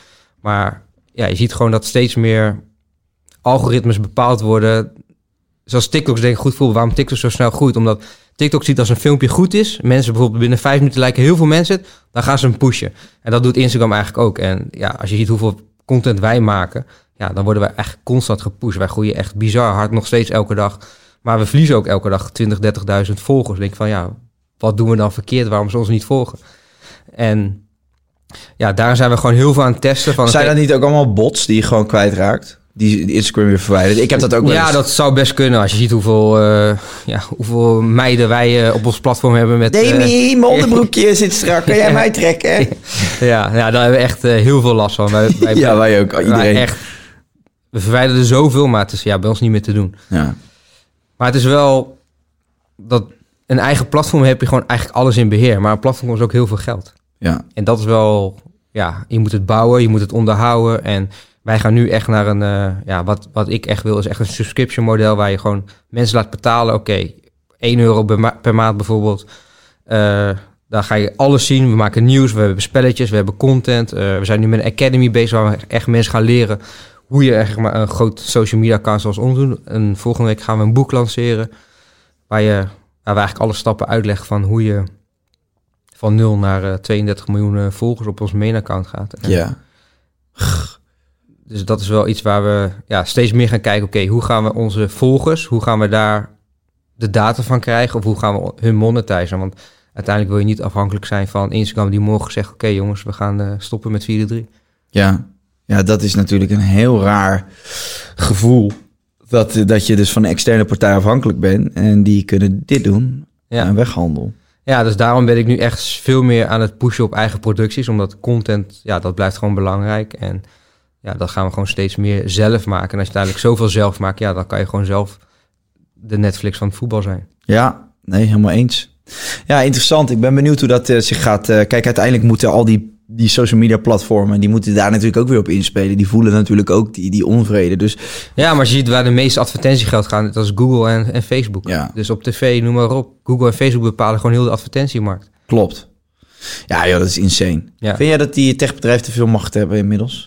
Maar ja, je ziet gewoon dat steeds meer algoritmes bepaald worden. Zoals TikTok is denk ik goed voorbeeld waarom TikTok zo snel groeit. Omdat TikTok ziet als een filmpje goed is. Mensen bijvoorbeeld binnen 5 minuten lijken heel veel mensen het. Dan gaan ze hem pushen. En dat doet Instagram eigenlijk ook. En ja, als je ziet hoeveel content wij maken. Ja, dan worden wij echt constant gepusht. Wij groeien echt bizar hard nog steeds elke dag. Maar we verliezen ook elke dag 20.000, 30.000 volgers. Dan denk ik van ja, wat doen we dan verkeerd? Waarom ze ons niet volgen? En ja, daar zijn we gewoon heel veel aan het testen. Van, zijn dat niet ook allemaal bots die je gewoon kwijtraakt? Die Instagram weer verwijderd. Ik heb dat ook wel eens. Ja, dat zou best kunnen. Als je ziet hoeveel meiden wij op ons platform hebben met... Demi, mijn onderbroekje zit strak. Kan jij mij trekken? Ja, daar hebben we echt heel veel last van. Wij ook. Iedereen. We verwijderen er zoveel, maar het is bij ons niet meer te doen. Ja. Maar het is wel... dat een eigen platform heb je gewoon eigenlijk alles in beheer. Maar een platform kost ook heel veel geld. Ja. En dat is wel... Ja, je moet het bouwen, je moet het onderhouden. En wij gaan nu echt naar een... wat ik echt wil, is echt een subscription model... waar je gewoon mensen laat betalen. Oké, €1 per maand bijvoorbeeld. Daar ga je alles zien. We maken nieuws, we hebben spelletjes, we hebben content. We zijn nu met een academy bezig... waar we echt mensen gaan leren... hoe je echt maar een groot social media account zoals ons doen. En volgende week gaan we een boek lanceren... waar we eigenlijk alle stappen uitleggen van hoe je... van 0 naar 32 miljoen volgers op ons main account gaat. Ja. Dus dat is wel iets waar we steeds meer gaan kijken. Oké, hoe gaan we onze volgers, hoe gaan we daar de data van krijgen? Of hoe gaan we hun monetizen? Want uiteindelijk wil je niet afhankelijk zijn van Instagram die morgen zegt... Oké, jongens, we gaan stoppen met 4-3. Ja, dat is natuurlijk een heel raar gevoel. Dat je dus van een externe partij afhankelijk bent. En die kunnen dit doen. En weghandel. Ja, dus daarom ben ik nu echt veel meer aan het pushen op eigen producties. Omdat content, dat blijft gewoon belangrijk. En dat gaan we gewoon steeds meer zelf maken. En als je uiteindelijk zoveel zelf maakt, dan kan je gewoon zelf de Netflix van het voetbal zijn. Ja, nee, helemaal eens. Ja, interessant. Ik ben benieuwd hoe dat zich gaat... Kijk, uiteindelijk moeten al die social media platformen... die moeten daar natuurlijk ook weer op inspelen. Die voelen natuurlijk ook die onvrede. Dus... Ja, maar als je ziet waar de meeste advertentiegeld gaan... dat is Google en Facebook. Ja. Dus op tv, noem maar op. Google en Facebook bepalen gewoon heel de advertentiemarkt. Klopt. Ja, dat is insane. Ja. Vind jij dat die techbedrijven te veel macht hebben inmiddels?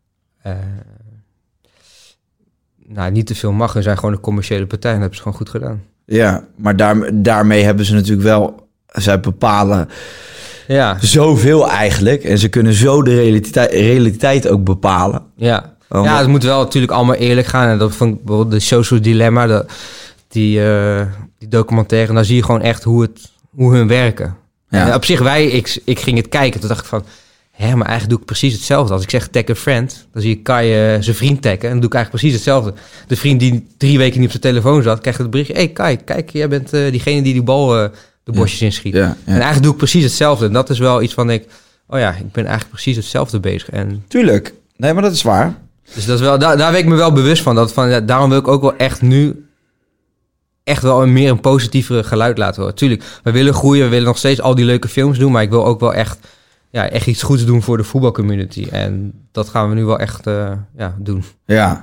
Niet te veel macht. Ze zijn gewoon een commerciële partij. En dat hebben ze gewoon goed gedaan. Ja, maar daarmee hebben ze natuurlijk wel... Zij bepalen... Ja. Zoveel eigenlijk. En ze kunnen zo de realiteit ook bepalen. Ja, het moet wel natuurlijk allemaal eerlijk gaan. En dat vond ik bijvoorbeeld de Social Dilemma, die documentaire. En daar zie je gewoon echt hoe hun werken. Ja. En op zich, ik ging het kijken. Toen dacht ik van, maar eigenlijk doe ik precies hetzelfde. Als ik zeg tag a friend, dan zie ik Kai zijn vriend taggen. En dan doe ik eigenlijk precies hetzelfde. De vriend die 3 weken niet op zijn telefoon zat, krijgt het berichtje. Hey Kai, kijk, jij bent diegene die bal... de bosjes inschiet. Ja. En eigenlijk doe ik precies hetzelfde. En dat is wel iets van ik ben eigenlijk precies hetzelfde bezig. En... Tuurlijk. Nee, maar dat is waar. Dus dat is wel, daar ben ik me wel bewust van. Daarom wil ik ook wel echt nu echt wel meer een positievere geluid laten horen. Tuurlijk, we willen groeien, we willen nog steeds al die leuke films doen, maar ik wil ook wel echt iets goeds doen voor de voetbalcommunity. En dat gaan we nu wel echt doen. Ja.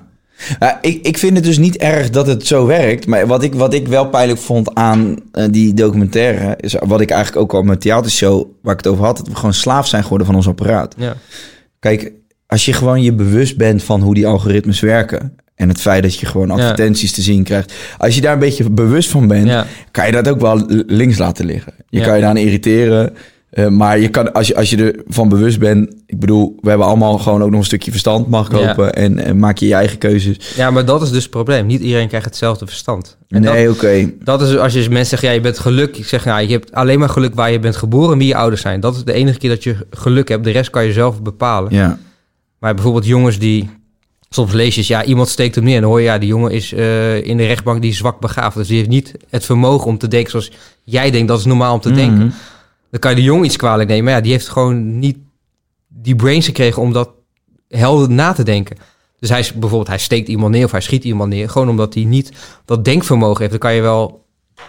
Ik vind het dus niet erg dat het zo werkt. Maar wat ik wel pijnlijk vond aan die documentaire... is wat ik eigenlijk ook al met theatershow... waar ik het over had... dat we gewoon slaaf zijn geworden van ons apparaat. Ja. Kijk, als je gewoon je bewust bent van hoe die algoritmes werken... en het feit dat je gewoon advertenties te zien krijgt... als je daar een beetje bewust van bent... kan je dat ook wel links laten liggen. Je kan je daaraan irriteren... maar je kan, als je ervan bewust bent... Ik bedoel, we hebben allemaal gewoon ook nog een stukje verstand mag kopen... En maak je eigen keuzes. Ja, maar dat is dus het probleem. Niet iedereen krijgt hetzelfde verstand. En Dat is als je mensen zegt, je bent geluk. Ik zeg, je hebt alleen maar geluk waar je bent geboren... en wie je ouders zijn. Dat is de enige keer dat je geluk hebt. De rest kan je zelf bepalen. Ja. Maar bijvoorbeeld jongens die... Soms lees je iemand steekt hem neer... en dan hoor je, die jongen is in de rechtbank die is zwak begaafd. Dus die heeft niet het vermogen om te denken zoals jij denkt. Dat is normaal om te denken. Dan kan je de jongen iets kwalijk nemen. Maar die heeft gewoon niet die brains gekregen om dat helder na te denken. Dus hij steekt iemand neer of hij schiet iemand neer. Gewoon omdat hij niet dat denkvermogen heeft. Dan kan je wel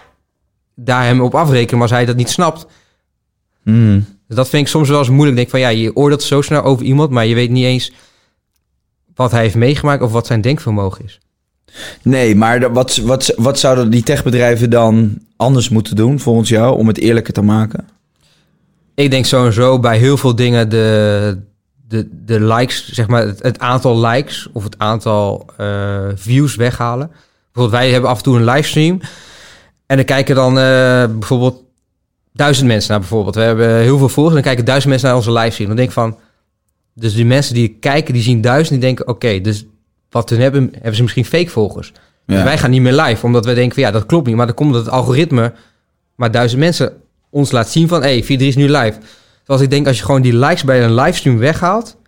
daar hem op afrekenen. Maar als hij dat niet snapt... Dus dat vind ik soms wel eens moeilijk. Ik denk van je oordeelt zo snel over iemand... maar je weet niet eens wat hij heeft meegemaakt... of wat zijn denkvermogen is. Nee, maar wat zouden die techbedrijven dan anders moeten doen... volgens jou, om het eerlijker te maken? Ik denk sowieso bij heel veel dingen de likes, zeg maar, het aantal likes of het aantal views weghalen. Bijvoorbeeld, wij hebben af en toe een livestream en dan kijken dan bijvoorbeeld 1000 mensen naar bijvoorbeeld. We hebben heel veel volgers en dan kijken 1000 mensen naar onze livestream. Dan denk ik van, dus die mensen die kijken, die zien 1000, die denken, oké, dus wat hun hebben ze misschien fake volgers. Ja. Dus wij gaan niet meer live, omdat wij denken van, ja, dat klopt niet. Maar dan komt het algoritme maar 1000 mensen ons laat zien van, 4-3 is nu live. Terwijl ik denk, als je gewoon die likes bij een livestream weghaalt,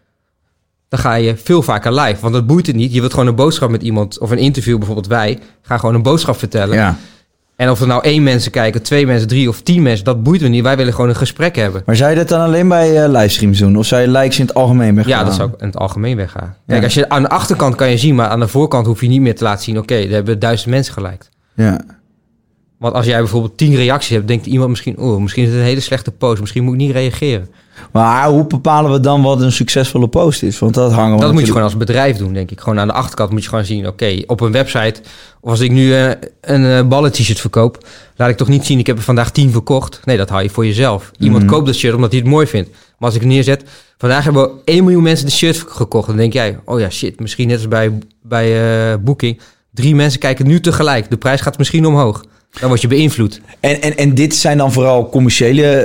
dan ga je veel vaker live. Want dat boeit het niet. Je wilt gewoon een boodschap met iemand, of een interview, bijvoorbeeld wij, gaan gewoon een boodschap vertellen. Ja. En of er nou 1 mensen kijken, 2 mensen, 3 of 10 mensen, dat boeit me niet. Wij willen gewoon een gesprek hebben. Maar zou je dat dan alleen bij livestreams doen? Of zou je likes in het algemeen weggaan? Ja, dat zou ik in het algemeen weggaan. Kijk, als je aan de achterkant kan je zien, maar aan de voorkant hoef je niet meer te laten zien, oké, er hebben 1000 mensen geliked. Ja. Want als jij bijvoorbeeld 10 reacties hebt, denkt iemand misschien, misschien is het een hele slechte post, misschien moet ik niet reageren. Maar hoe bepalen we dan wat een succesvolle post is? Want dat hangen we dat moet je gewoon als bedrijf doen, denk ik. Gewoon aan de achterkant moet je gewoon zien, oké, op een website, of als ik nu een ballen-t-shirt verkoop, laat ik toch niet zien, ik heb er vandaag 10 verkocht. Nee, dat hou je voor jezelf. Iemand koopt dat shirt omdat hij het mooi vindt. Maar als ik het neerzet, vandaag hebben we 1 miljoen mensen de shirt gekocht. Dan denk jij, oh ja, shit, misschien net als bij Booking, 3 mensen kijken nu tegelijk. De prijs gaat misschien omhoog. Dan word je beïnvloed. En dit zijn dan vooral commerciële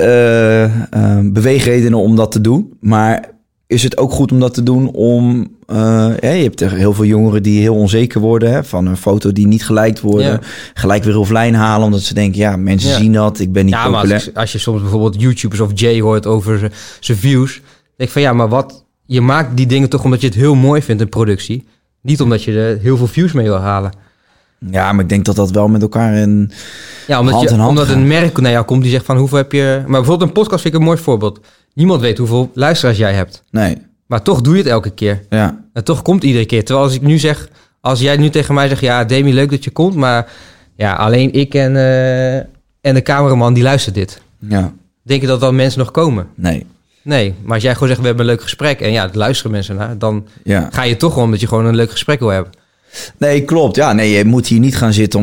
beweegredenen om dat te doen. Maar is het ook goed om dat te doen om... je hebt er heel veel jongeren die heel onzeker worden... Hè, van een foto die niet geliked worden. Ja. Gelijk weer offline halen omdat ze denken... ja, mensen zien dat, ik ben niet populair. Maar als je soms bijvoorbeeld YouTubers of Jay hoort over zijn views... denk ik van ja, maar wat... Je maakt die dingen toch omdat je het heel mooi vindt, een productie. Niet omdat je er heel veel views mee wil halen. Ja, maar ik denk dat dat wel met elkaar in omdat een merk naar jou komt die zegt van hoeveel heb je... Maar bijvoorbeeld een podcast vind ik een mooi voorbeeld. Niemand weet hoeveel luisteraars jij hebt. Nee. Maar toch doe je het elke keer. Ja. En toch komt iedere keer. Terwijl als ik nu zeg... Als jij nu tegen mij zegt... Ja, Demi, leuk dat je komt. Maar ja, alleen ik en de cameraman die luistert dit. Ja. Denk je dat dan mensen nog komen? Nee, maar als jij gewoon zegt we hebben een leuk gesprek... En ja, luisteren mensen naar... Dan ga je toch gewoon omdat je gewoon een leuk gesprek wil hebben. Nee, klopt. Ja, nee, je moet hier niet gaan zitten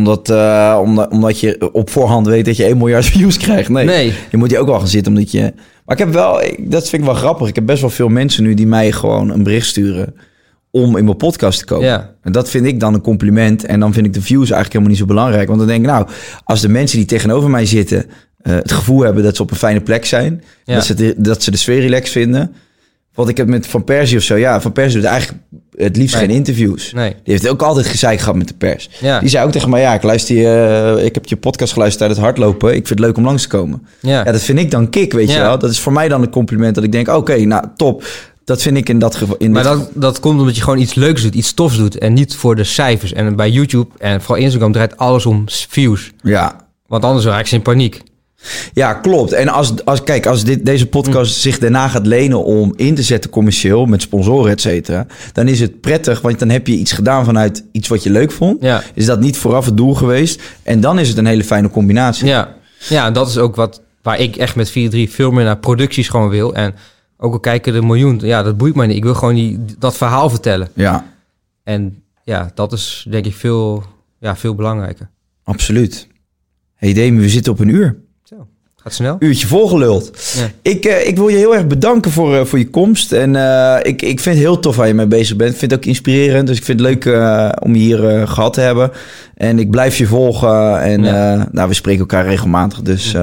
omdat je op voorhand weet dat je 1 miljard views krijgt. Nee. Je moet hier ook wel gaan zitten omdat je... Maar ik heb wel, dat vind ik wel grappig. Ik heb best wel veel mensen nu die mij gewoon een bericht sturen om in mijn podcast te komen. Ja. En dat vind ik dan een compliment. En dan vind ik de views eigenlijk helemaal niet zo belangrijk. Want dan denk ik, nou, als de mensen die tegenover mij zitten het gevoel hebben dat ze op een fijne plek zijn, dat ze de sfeer relaxed vinden. Want ik heb met Van Persie of zo... Ja, Van Persie doet eigenlijk het liefst geen interviews. Nee. Die heeft ook altijd gezeik gehad met de pers. Ja. Die zei ook tegen mij... Ja, ik heb je podcast geluisterd tijdens het hardlopen. Ik vind het leuk om langs te komen. Ja, dat vind ik dan kick, weet je wel. Dat is voor mij dan een compliment dat ik denk... Oké, nou, top. Dat vind ik in dat geval... Maar dat komt omdat je gewoon iets leuks doet, iets tofs doet... en niet voor de cijfers. En bij YouTube en vooral Instagram draait alles om views. Ja. Want anders raak je in paniek. Ja, klopt. En als deze podcast zich daarna gaat lenen om in te zetten commercieel met sponsoren, et cetera, dan is het prettig, want dan heb je iets gedaan vanuit iets wat je leuk vond. Ja. Is dat niet vooraf het doel geweest? En dan is het een hele fijne combinatie. Ja, en dat is ook waar ik echt met 4-3 veel meer naar producties gewoon wil. En ook al kijken de miljoen, ja, dat boeit mij niet. Ik wil gewoon dat verhaal vertellen. Ja. En ja, dat is denk ik veel belangrijker. Vind Hey Demi, we zitten op 1 uur. Gaat snel. Uurtje volgeluld. Ja. Ik wil je heel erg bedanken voor je komst. En ik vind het heel tof waar je mee bezig bent. Ik vind het ook inspirerend. Dus ik vind het leuk om je hier gehad te hebben. En ik blijf je volgen. En we spreken elkaar regelmatig. Dus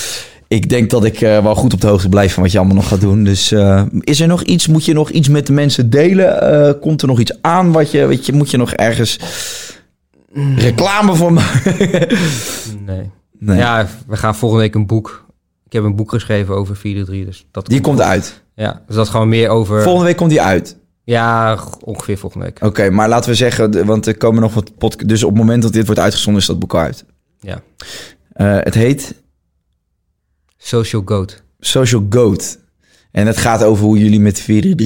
ik denk dat ik wel goed op de hoogte blijf van wat je allemaal nog gaat doen. Dus is er nog iets? Moet je nog iets met de mensen delen? Komt er nog iets aan? Moet je nog ergens reclame voor maken? Nee. Ja, we gaan volgende week een boek. Ik heb een boek geschreven over 4-3. Dus die komt uit? Ja, dus dat gewoon meer over... Volgende week komt die uit? Ja, ongeveer volgende week. Oké, maar laten we zeggen, want er komen nog wat podcasts. Dus op het moment dat dit wordt uitgezonden, is dat boek uit. Ja. Het heet? Social Goat. Social Goat. En het gaat over hoe jullie met 4-3...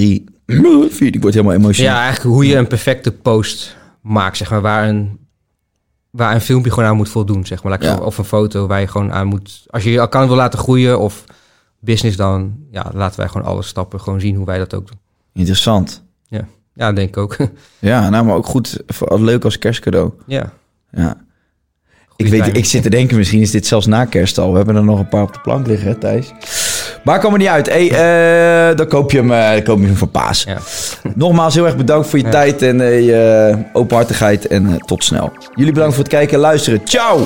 Ik word helemaal emotioneel. Ja, eigenlijk hoe je een perfecte post maakt, zeg maar, waar een filmpje gewoon aan moet voldoen, zeg maar. Of een foto waar je gewoon aan moet... Als je je account wil laten groeien of business, dan laten wij gewoon alle stappen gewoon zien hoe wij dat ook doen. Interessant. Ja, denk ik ook. Ja, nou, maar ook goed, leuk als kerstcadeau. Ja. Ik zit te denken, misschien is dit zelfs na kerst al. We hebben er nog een paar op de plank liggen, hè, Thijs? Maar kwam er niet uit. Hey, dan koop je hem voor Paas. Ja. Nogmaals heel erg bedankt voor je tijd en je openhartigheid. En tot snel. Jullie bedankt voor het kijken en luisteren. Ciao!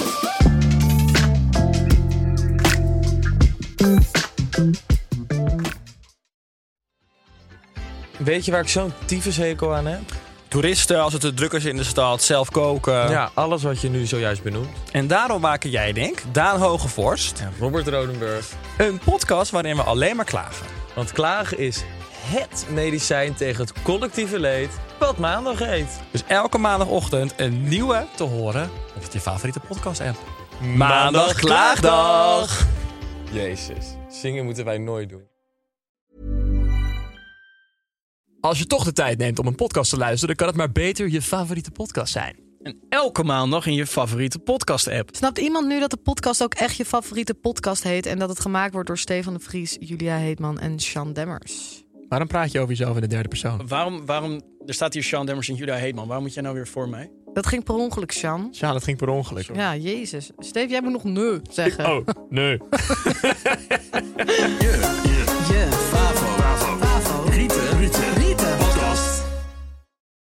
Weet je waar ik zo'n tyfushekel aan heb? Toeristen, als het te druk is in de stad, zelf koken. Ja, alles wat je nu zojuist benoemt. En daarom maken jij, Daan Hogevorst, Ja, Robert Rodenburg. een podcast waarin we alleen maar klagen. Want klagen is HET medicijn tegen het collectieve leed wat maandag heet. Dus elke maandagochtend een nieuwe te horen op je favoriete podcast-app. Maandag Klaagdag! Jezus, zingen moeten wij nooit doen. Als je toch de tijd neemt om een podcast te luisteren, dan kan het maar beter je favoriete podcast zijn. En elke maandag in je favoriete podcast-app. Snapt iemand nu dat de podcast ook echt je favoriete podcast heet... en dat het gemaakt wordt door Stefan de Vries, Julia Heetman en Sean Demmers? Waarom praat je over jezelf in de derde persoon? Waarom er staat hier Sean Demmers en Julia Heetman. Waarom moet jij nou weer voor mij? Dat ging per ongeluk, Sean. Ja, dat ging per ongeluk. Ja, jezus. Steve, jij moet nog nee zeggen. Oh, nee. Je